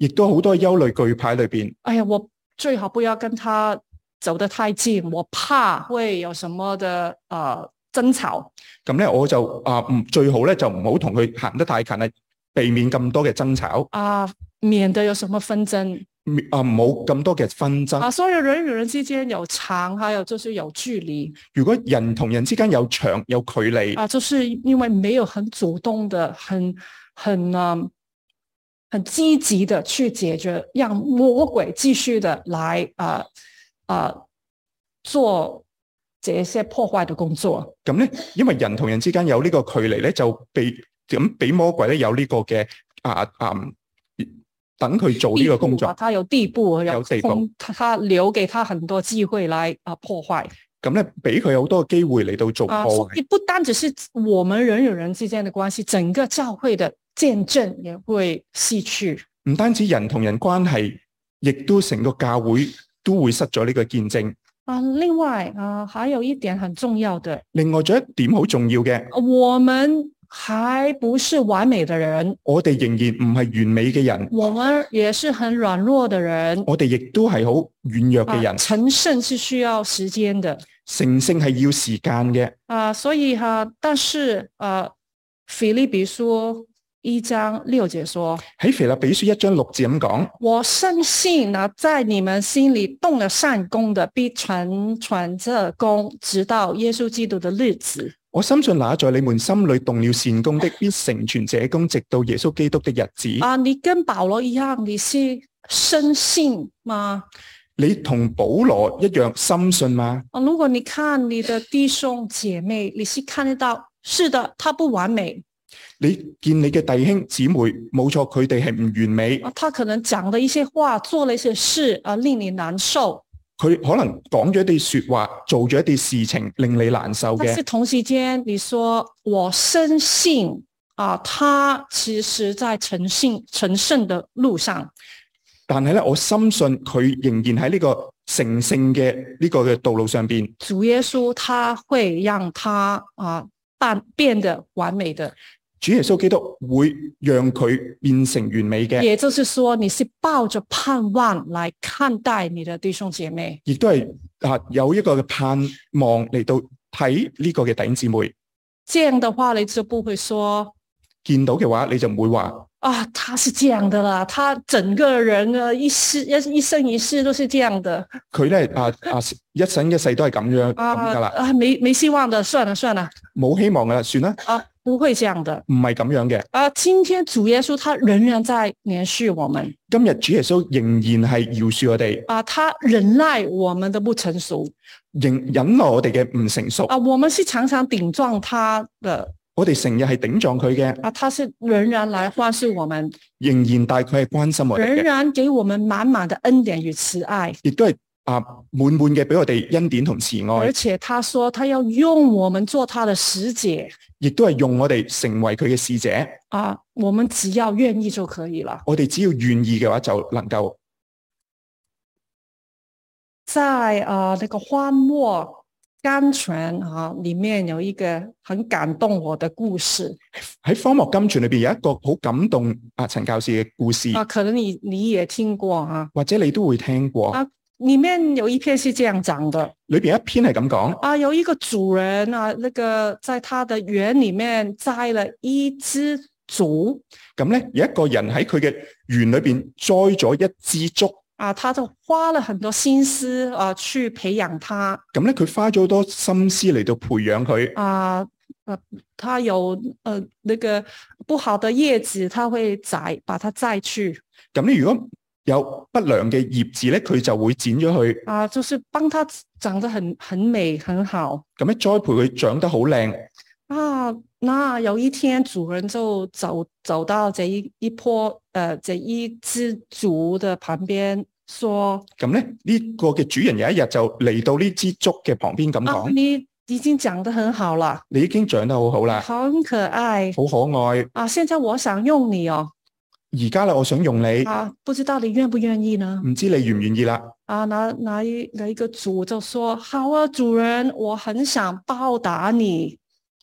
亦都好多憂慮懼怕裏邊。 哎呀，我最好不要跟他走得太近，我怕會有什麼的呃爭吵。 咁咧我就啊唔最好咧就唔好同佢行得太近啦，避免咁多嘅爭吵啊，免得有什麼紛爭。 啊，唔好咁多嘅紛爭。 啊，所以人與人之間有長，還有就是有距離。 如果人同人之間有長有距離， 啊，就是因為沒有很主動的、很很啊、很積極的去解決，讓魔鬼繼續的來啊啊做這些破壞的工作。 咁咧，因為人同人之間有呢個距離咧，就被咁俾魔鬼咧有呢個嘅啊啊。等佢做呢個工作， 他有地步， 有地步， 他留給他很多機會來啊破壞。 咁咧，俾佢好多機會嚟到做破壞。 啊，不單只是我們人與人之間的關係，整個教會的見證也會失去。 唔單止人同人關係，亦都成個教會都會失咗呢個見證。 啊，另外啊，還有一點很重要的。 另外仲有一點好重要嘅， 我們還不是完美的人， 我哋仍然唔係完美嘅人， 我們也是很軟弱的人， 我哋亦都係好軟弱嘅人。 啊，成聖是需要時間的， 成聖係要時間嘅。 啊，所以哈，啊，但是啊，腓立比書一章六節說， 喺腓立比書一章六節咁講， 我深信啊，在你們心裏動了善工的，必傳傳這工，直到耶穌基督的日子。 我深信那在你們心裏動了善工的，必成全這工，直到耶穌基督的日子。 啊，你跟保羅一樣，你是深信嗎？ 你同保羅一樣深信嗎？ 啊，如果你看你的弟兄姐妹，你是看得到，是的，他不完美。 你見你嘅弟兄姊妹，冇錯，佢哋係唔完美。 啊，他可能講了一些話，做了一些事，啊，令你難受。 佢可能講咗一啲說話，做咗一啲事情，令你難受嘅。 但是同時間，你說我深信啊，他其實在成聖成聖的路上。 但係咧，我深信佢仍然喺呢個成聖嘅呢個嘅道路上邊。 主耶穌他會讓他啊變變得完美的。 主耶穌基督會讓佢變成完美嘅， 也就是說，你是抱着盼望來看待你的弟兄姐妹， 亦都係啊有一個嘅盼望嚟到睇呢個嘅弟兄姊妹。 這樣的話，你就不會說見到嘅話，你就唔會話啊，他是這樣的啦，他整個人啊一世一一生一世都是這樣的。 佢咧啊啊一生一世都係咁樣咁噶啦， 啊沒沒希望的，算了算了， 冇希望噶啦，算啦。 啊。不會這樣的， 唔係咁樣嘅。 啊，今天主耶穌他仍然在憐恤我們。 今日主耶穌仍然係饒恕我哋。 啊，他忍耐我們的不成熟， 忍忍耐我哋嘅唔成熟。 啊，我們是常常頂撞他的。 我哋成日係頂撞佢嘅。 啊，他是仍然來關心我們， 仍然大概係關心我哋嘅， 仍然給我們滿滿的恩典與慈愛， 亦都係啊滿滿嘅俾我哋恩典同慈愛。 而且他說他要用我們做他的使者。 亦都係用我哋成為佢嘅使者啊！我們只要願意就可以了。 我哋只要願意嘅話，就能夠在啊那個荒漠甘泉啊裏面有一個很感動我的故事。 喺荒漠甘泉裏邊有一個好感動啊陳教士嘅故事啊，可能你你也聽過啊， 或者你都會聽過啊。裏面有一篇是這樣講的， 裏邊一篇係咁講啊，有一個主人啊，那個在他的園裏面栽了一枝竹， 咁咧有一個人喺佢嘅園裏邊栽咗一枝竹， 啊，他就花了很多心思啊去培養它， 咁咧佢花咗好多心思嚟到培養佢， 啊，呃，他有呃那個不好的葉子，他會摘，把它摘去， 咁咧如果有不良嘅葉子咧，佢就會剪咗佢。 啊，就是幫它長得很很美很好。 咁樣栽培佢長得好靚。 啊，那有一天主人就走走到這一一棵誒、呃，這一枝竹的旁邊，說： 咁咧呢個嘅主人有一日就嚟到呢支竹嘅旁邊咁講、 啊：你已經長得很好啦， 你已經長得好好啦， 很可愛， 好可愛。 啊，現在我想用你哦。 而家啦，我想用你啊，不知道你願不願意呢？ 唔知你願唔願意啦？ 啊，那那一那一個主就說：好啊，主人，我很想報答你。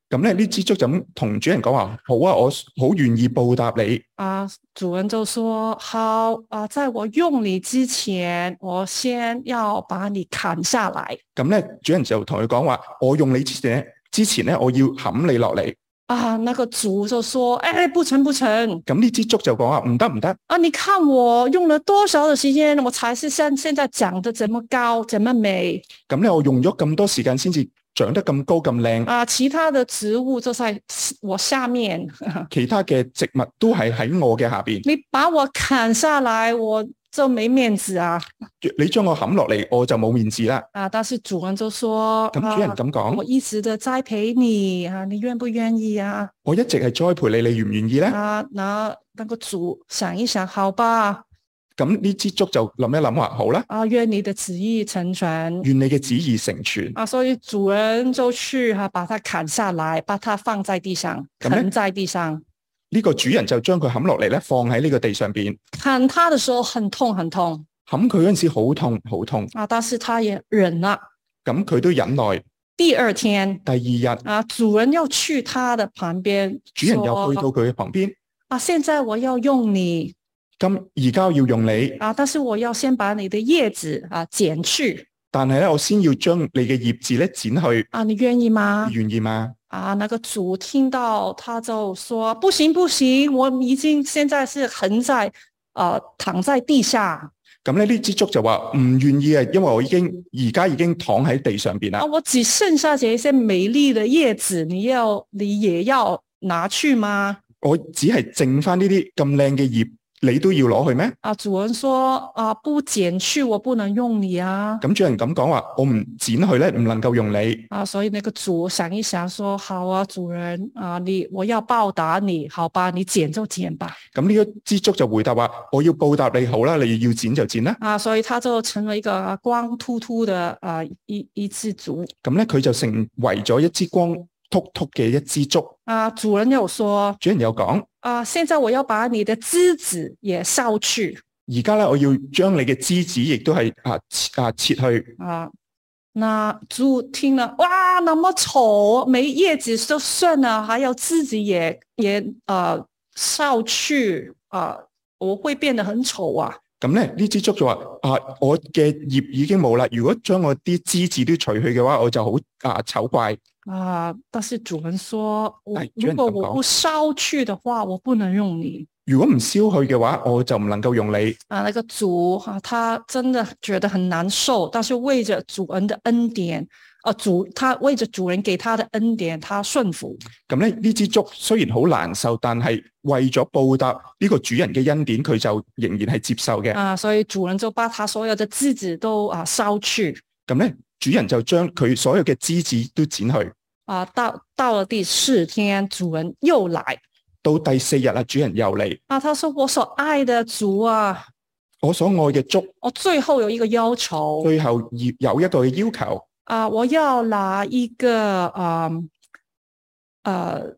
咁咧呢支竹就咁同主人講話，好啊，我好願意報答你。 啊，主人就說好啊，在我用你之前，我先要把你砍下來。 咁咧主人就同佢講話，我用你之前咧，之前咧我要砍你落嚟。 啊，那個主就說，誒，不成不成。 咁呢支竹就講話唔得唔得。 啊，你看我用了多少的時間，我才是像現在長得這麼高，這麼美。 咁咧我用咗咁多時間先至長得咁高咁靚。 啊，其他的植物就在我下面。 其他嘅植物都係喺我嘅下邊。 你把我砍下來，我就沒面子啊！ 你將我砍落嚟，我就冇面子啦。 啊，但是主人就說， 咁主人咁講， 啊，我一直的栽培你啊，你願不願意啊？ 我一直係栽培你，你願唔願意咧？ 啊，那那個主想一想，好吧。 咁呢支竹就諗一諗話，好啦。 啊，願你的旨意成全。 願你嘅旨意成全。 啊，所以主人就去哈，把它砍下來，把它放在地上，砍在地上。 呢個主人就將佢砍落嚟咧，放喺呢個地上邊。 砍他的時候很痛很痛， 砍佢嗰陣時好痛好痛。 啊，但是他也忍啦。 咁佢都忍耐。 第二天， 第二日， 啊，主人要去他的旁邊， 主人又去到佢嘅旁邊。 啊，現在我要用你。 咁而家要用你。 啊，但是我要先把你的葉子啊剪去。 但係咧，我先要將你嘅葉子咧剪去。 啊，你願意嗎？ 你願意嗎？ 啊，那個主聽到，他就說：不行不行，我已經現在是橫在，呃，躺在地下。 咁咧呢支竹就話唔願意啊，因為我已經而家已經躺喺地上邊啦。 啊，我只剩下這些美麗的葉子，你要你也要拿去嗎？ 我只係剩翻呢啲咁靚嘅葉。你都要攞去咩？ 啊，主人說啊，不剪去，我不能用你啊。 咁主人咁講話，我唔剪去咧，唔能夠用你。 啊，所以那個主想一想說，說好啊，主人啊，你我要報答你，好吧，你剪就剪吧。 咁呢一支竹就回答話，我要報答你好啦，你要剪就剪啦。 啊，所以他就成為一個光禿禿的啊一一支竹。 咁咧，佢就成為咗一支光禿禿嘅一支竹。 啊，主人又說， 主人又講， 啊，現在我要把你的枝子也燒去。 而家咧，我要將你嘅枝子亦都係啊啊切去。 啊，那主聽了，哇，那麼醜，沒葉子就算了，還有枝子也也啊燒去啊，我會變得很醜啊。 咁咧，呢支竹就話啊，我嘅葉已經冇啦，如果將我啲枝子都除去嘅話，我就好啊醜怪。 啊，但是主人說， 哎、 如果我不燒去的話，我不能用你。 如果唔燒去嘅話，我就唔能夠用你。 啊，那個主啊，他真的覺得很難受，但是為着主人的恩典，啊主，他為着主人給他的恩典，他順服。 咁咧，呢支竹雖然好難受，但係為咗報答呢個主人嘅恩典，佢就仍然係接受嘅。 啊，所以主人就把他所有的枝子都啊燒去。 咁咧，主人就將佢所有嘅枝子都剪去。 啊，到到了第四天，主人又來。 到第四日啦，主人又嚟。 啊，他說：我所愛的主啊， 我所愛嘅竹。 我最後有一個要求。 最後要有一個嘅要求。 啊，我要拿一個啊，呃，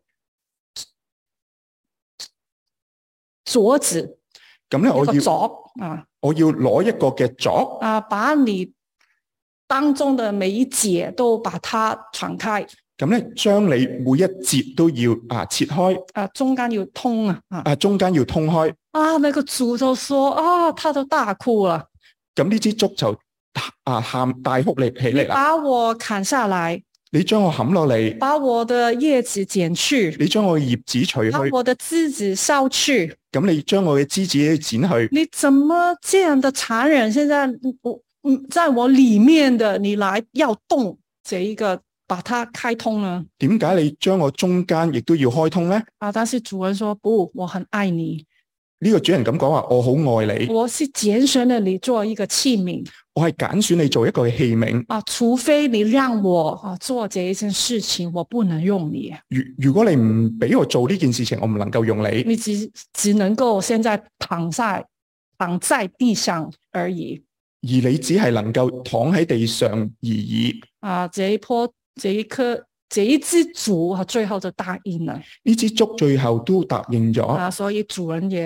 鑿子。 咁咧，我要鑿啊， 我要攞一個嘅鑿啊，把你當中的每一節都把它敞開。 咁咧，將你每一節都要啊切開。 啊，中間要通啊。 啊，中間要通開。 啊，那個主就說啊，他都大哭了。 咁呢支竹就啊喊大哭嚟起嚟啦。 把我砍下來。 你將我砍落嚟。 把我的葉子剪去。 你將我嘅葉子除去。 把我的枝子燒去。 咁你將我嘅枝子剪去。 你怎麼這樣的殘忍？現在我嗯，在我裏面的你來要動這一個，把它開通呢？ 點解你將我中間亦都要開通呢？ 啊，但是主人說不，我很愛你。 呢個主人咁講話，我好愛你。 我是揀選了你做一個器皿。 我係揀選你做一個器皿。 啊，除非你讓我啊做這一件事情，我不能用你。 如如果你唔俾我做呢件事情，我唔能夠用你。 你只只能夠現在躺在躺在地上而已。 而你只係能夠躺喺地上而已。 啊，這一棵。這一棵這一支竹啊，最後就答應了。 呢支竹最後都答應咗。 啊，所以主人也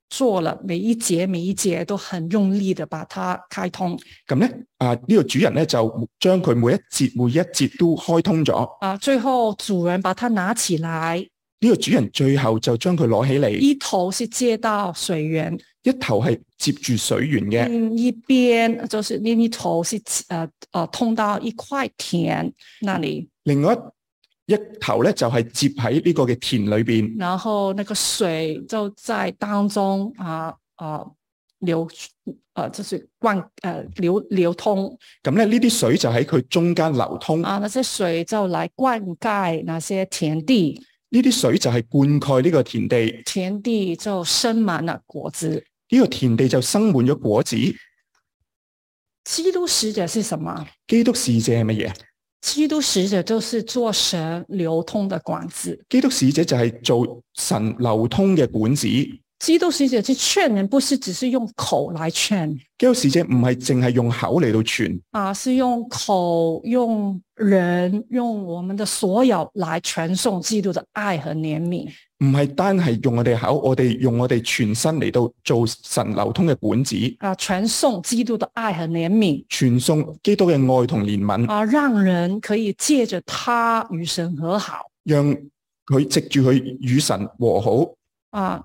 做了每一節每一節都很用力的把它開通。 咁咧啊呢、這個主人咧就將佢每一節每一節都開通咗。 啊，最後主人把它拿起來。 呢、這個主人最後就將佢攞起嚟， 一頭是接到水源， 一頭係接住水源嘅， 另一邊就是另一頭是誒誒、呃、通到一塊田那裡， 另外一頭咧就係、是、接喺呢個嘅田裏邊， 然後那個水就在當中啊啊、呃、流誒、呃、就是灌誒、呃、流流通。 咁咧呢啲水就喺佢中間流通啊，那些水就來灌溉那些田地。 呢啲水就係灌溉呢個田地， 田地就生滿了果子。 呢、這個田地就生滿咗果子。 基督使者是什麼？ 基督使者係乜嘢？ 基督使者就是做神流通的管子。 基督使者就係做神流通嘅管子。 基督使者去勸人，不是只是用口來勸。 基督使者唔係淨係用口嚟到傳， 啊，是用口、用人、用我們的所有來傳送基督的愛和憐憫。 唔係單係用我哋口，我哋用我哋全身嚟到做神流通嘅管子。 啊，傳送基督的愛和憐憫， 傳送基督嘅愛同憐憫。 啊，讓人可以借着他與神和好， 讓佢藉住佢與神和好。 啊。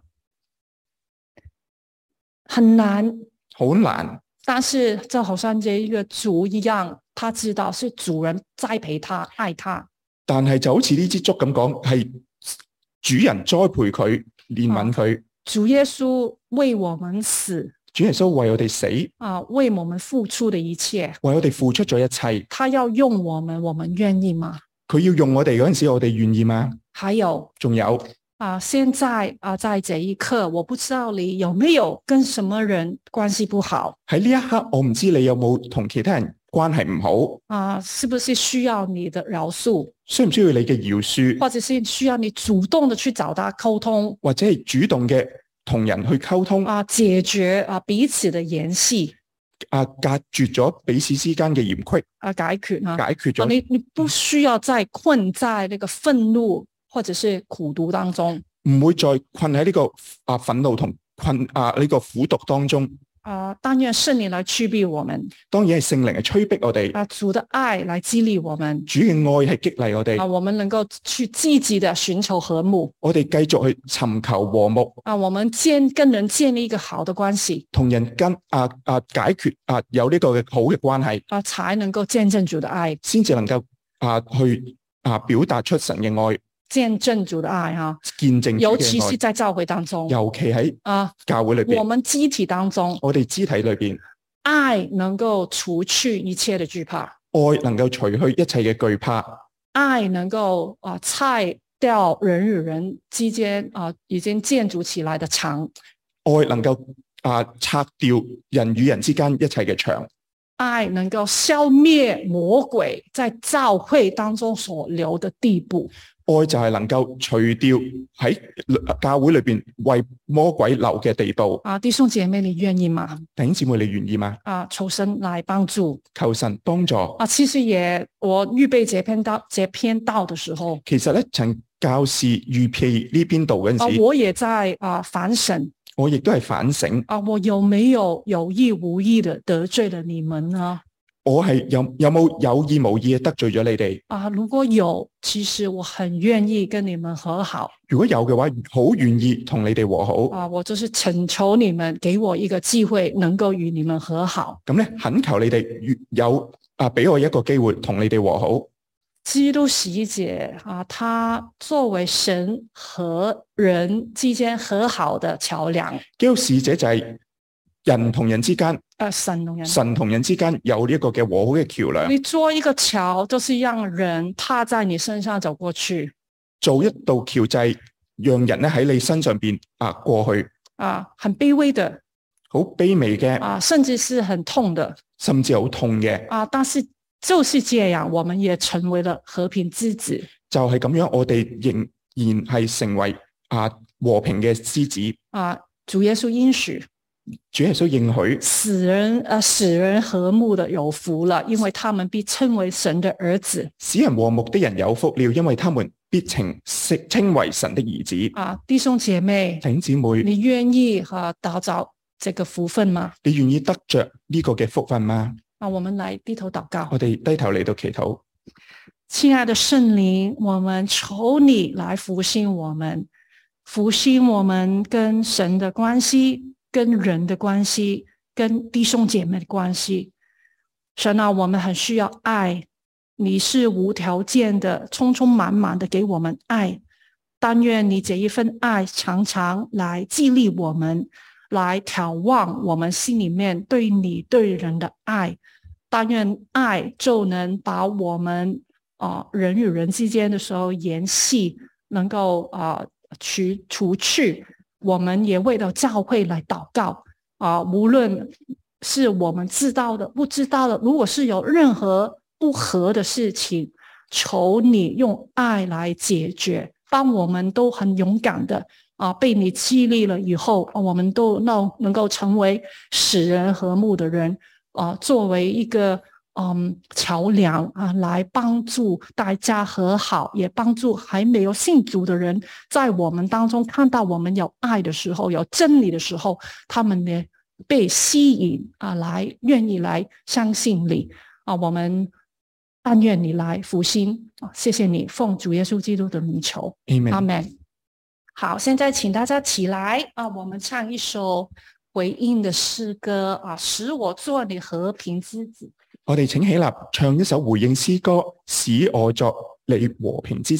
很難， 好難， 但是就好像這一個竹一樣，他知道是主人栽培他、愛他。 但係就好似呢支竹咁講，係主人栽培佢、憐憫佢。 主耶穌為我們死， 主耶穌為我哋死， 啊，為我們付出的一切， 為我哋付出咗一切。 他要用我們，我們願意嗎？ 佢要用我哋嗰陣時，我哋願意嗎？ 還有， 仲有。 啊，現在啊，在這一刻，我不知道你有沒有跟什麼人關係不好。 喺呢一刻，我唔知你有冇同其他人關係唔好。 啊，是不是需要你的饒恕？ 需唔需要你嘅饒恕？或者是需要你主動的去找他溝通？ 或者係主動嘅同人去溝通？ 啊，解決啊彼此的嫌隙。 啊，隔絕咗彼此之間嘅嫌隙。 啊，解決啊， 解決咗。 你你不需要再困在那個憤怒或者是苦毒當中， 唔會再困喺呢個啊憤怒同困啊呢個苦毒當中。 啊，但願聖靈來驅逼我們， 當然係聖靈嚟催逼我哋。 啊，主的愛來激勵我們， 主嘅愛係激勵我哋。 啊，我們能夠去積極的尋求和睦， 我哋繼續去尋求和睦。 啊，我們建跟人建立一個好的關係， 同人跟啊啊解決啊有呢個嘅好嘅關係， 啊，才能夠見證主的愛， 先至能夠啊去啊表達出神嘅愛。 見證主的愛啊， 見證主嘅愛， 尤其是在教會當中， 尤其喺啊教會裏邊， 我們肢體當中， 我哋肢體裏邊， 愛能夠除去一切的懼怕， 愛能夠除去一切嘅懼怕， 愛能夠啊拆掉人與人之間啊已經建築起來的牆， 愛能夠啊拆掉人與人之間一切嘅牆。 愛能夠消滅魔鬼在教會當中所留的地步， 愛就係能夠除掉喺教會裏邊為魔鬼留嘅地步。 啊，弟兄姐妹，你願意嗎？ 弟兄姊妹，你願意嗎？ 啊，求神來幫助， 求神幫助。 啊，其實也我預備這篇道這篇道的時候， 其實咧，陳教士預備呢邊度嗰陣時， 啊，我也在啊反省。 我亦都係反省啊！我有沒有有意無意的得罪了你們呢？ 我係有有冇有意無意嘅得罪咗你哋？ 啊！如果有，其實我很願意跟你們和好。 如果有嘅話，好願意同你哋和好。 啊！我就是懇求你們，給我一個機會，能夠與你們和好。 咁咧，懇求你哋有啊，俾我一個機會同你哋和好。 基督使者啊，他作為神和人之間和好的橋樑。 基督使者就係人同人之間， 啊，神同人， 神同人之間有呢一個嘅和好嘅橋樑。 你做一個橋，就是讓人踏在你身上走過去。 做一道橋就係讓人咧喺你身上邊啊過去。 啊，很卑微的， 好卑微嘅， 啊，甚至是很痛的， 甚至好痛嘅。 啊，但是。就是這樣，我們也成為了和平之子。 就係咁樣，我哋仍然係成為啊和平嘅之子。 啊，主耶穌應許主耶穌應許使人呃使人和睦的有福了，因為他們必稱為神的兒子。 使人和睦的人有福了，因為他們必稱稱為神的兒子。 啊，弟兄姐妹， 弟兄姊妹， 你願意哈得着這個福分嗎？ 你願意得着呢個嘅福分嗎？ 啊，我們來低頭禱告。 我哋低頭嚟到祈禱。 親愛的聖靈，我們求你來復興我們，復興我們跟神的關係，跟人的關係，跟弟兄姐妹的關係。神啊，我們很需要愛，你是無條件的，充充滿滿的給我們愛。但願你這一份愛常常來激勵我們，來眺望我們心裡面對你對人的愛。但願愛就能把我們啊、呃、人與人之間的時候嫌隙能夠啊、呃、去除去。我們也為了教會來禱告啊、呃，無論是我們知道的不知道的，如果是有任何不合的事情，求你用愛來解決，當我們都很勇敢的啊、呃、被你激勵了以後，我們都能能夠成為使人和睦的人啊、呃，作為一個嗯橋樑啊，來幫助大家和好，也幫助還沒有信主的人，在我們當中看到我們有愛的時候，有真理的時候，他們呢被吸引啊，來願意來相信你啊。我們但願你來復興啊，謝謝你，奉主耶穌基督的名求，阿們。好，現在請大家起來啊，我們唱一首回應的詩歌啊，使我做你和平之子。 我哋請起立唱一首回應詩歌，使我作你和平之子。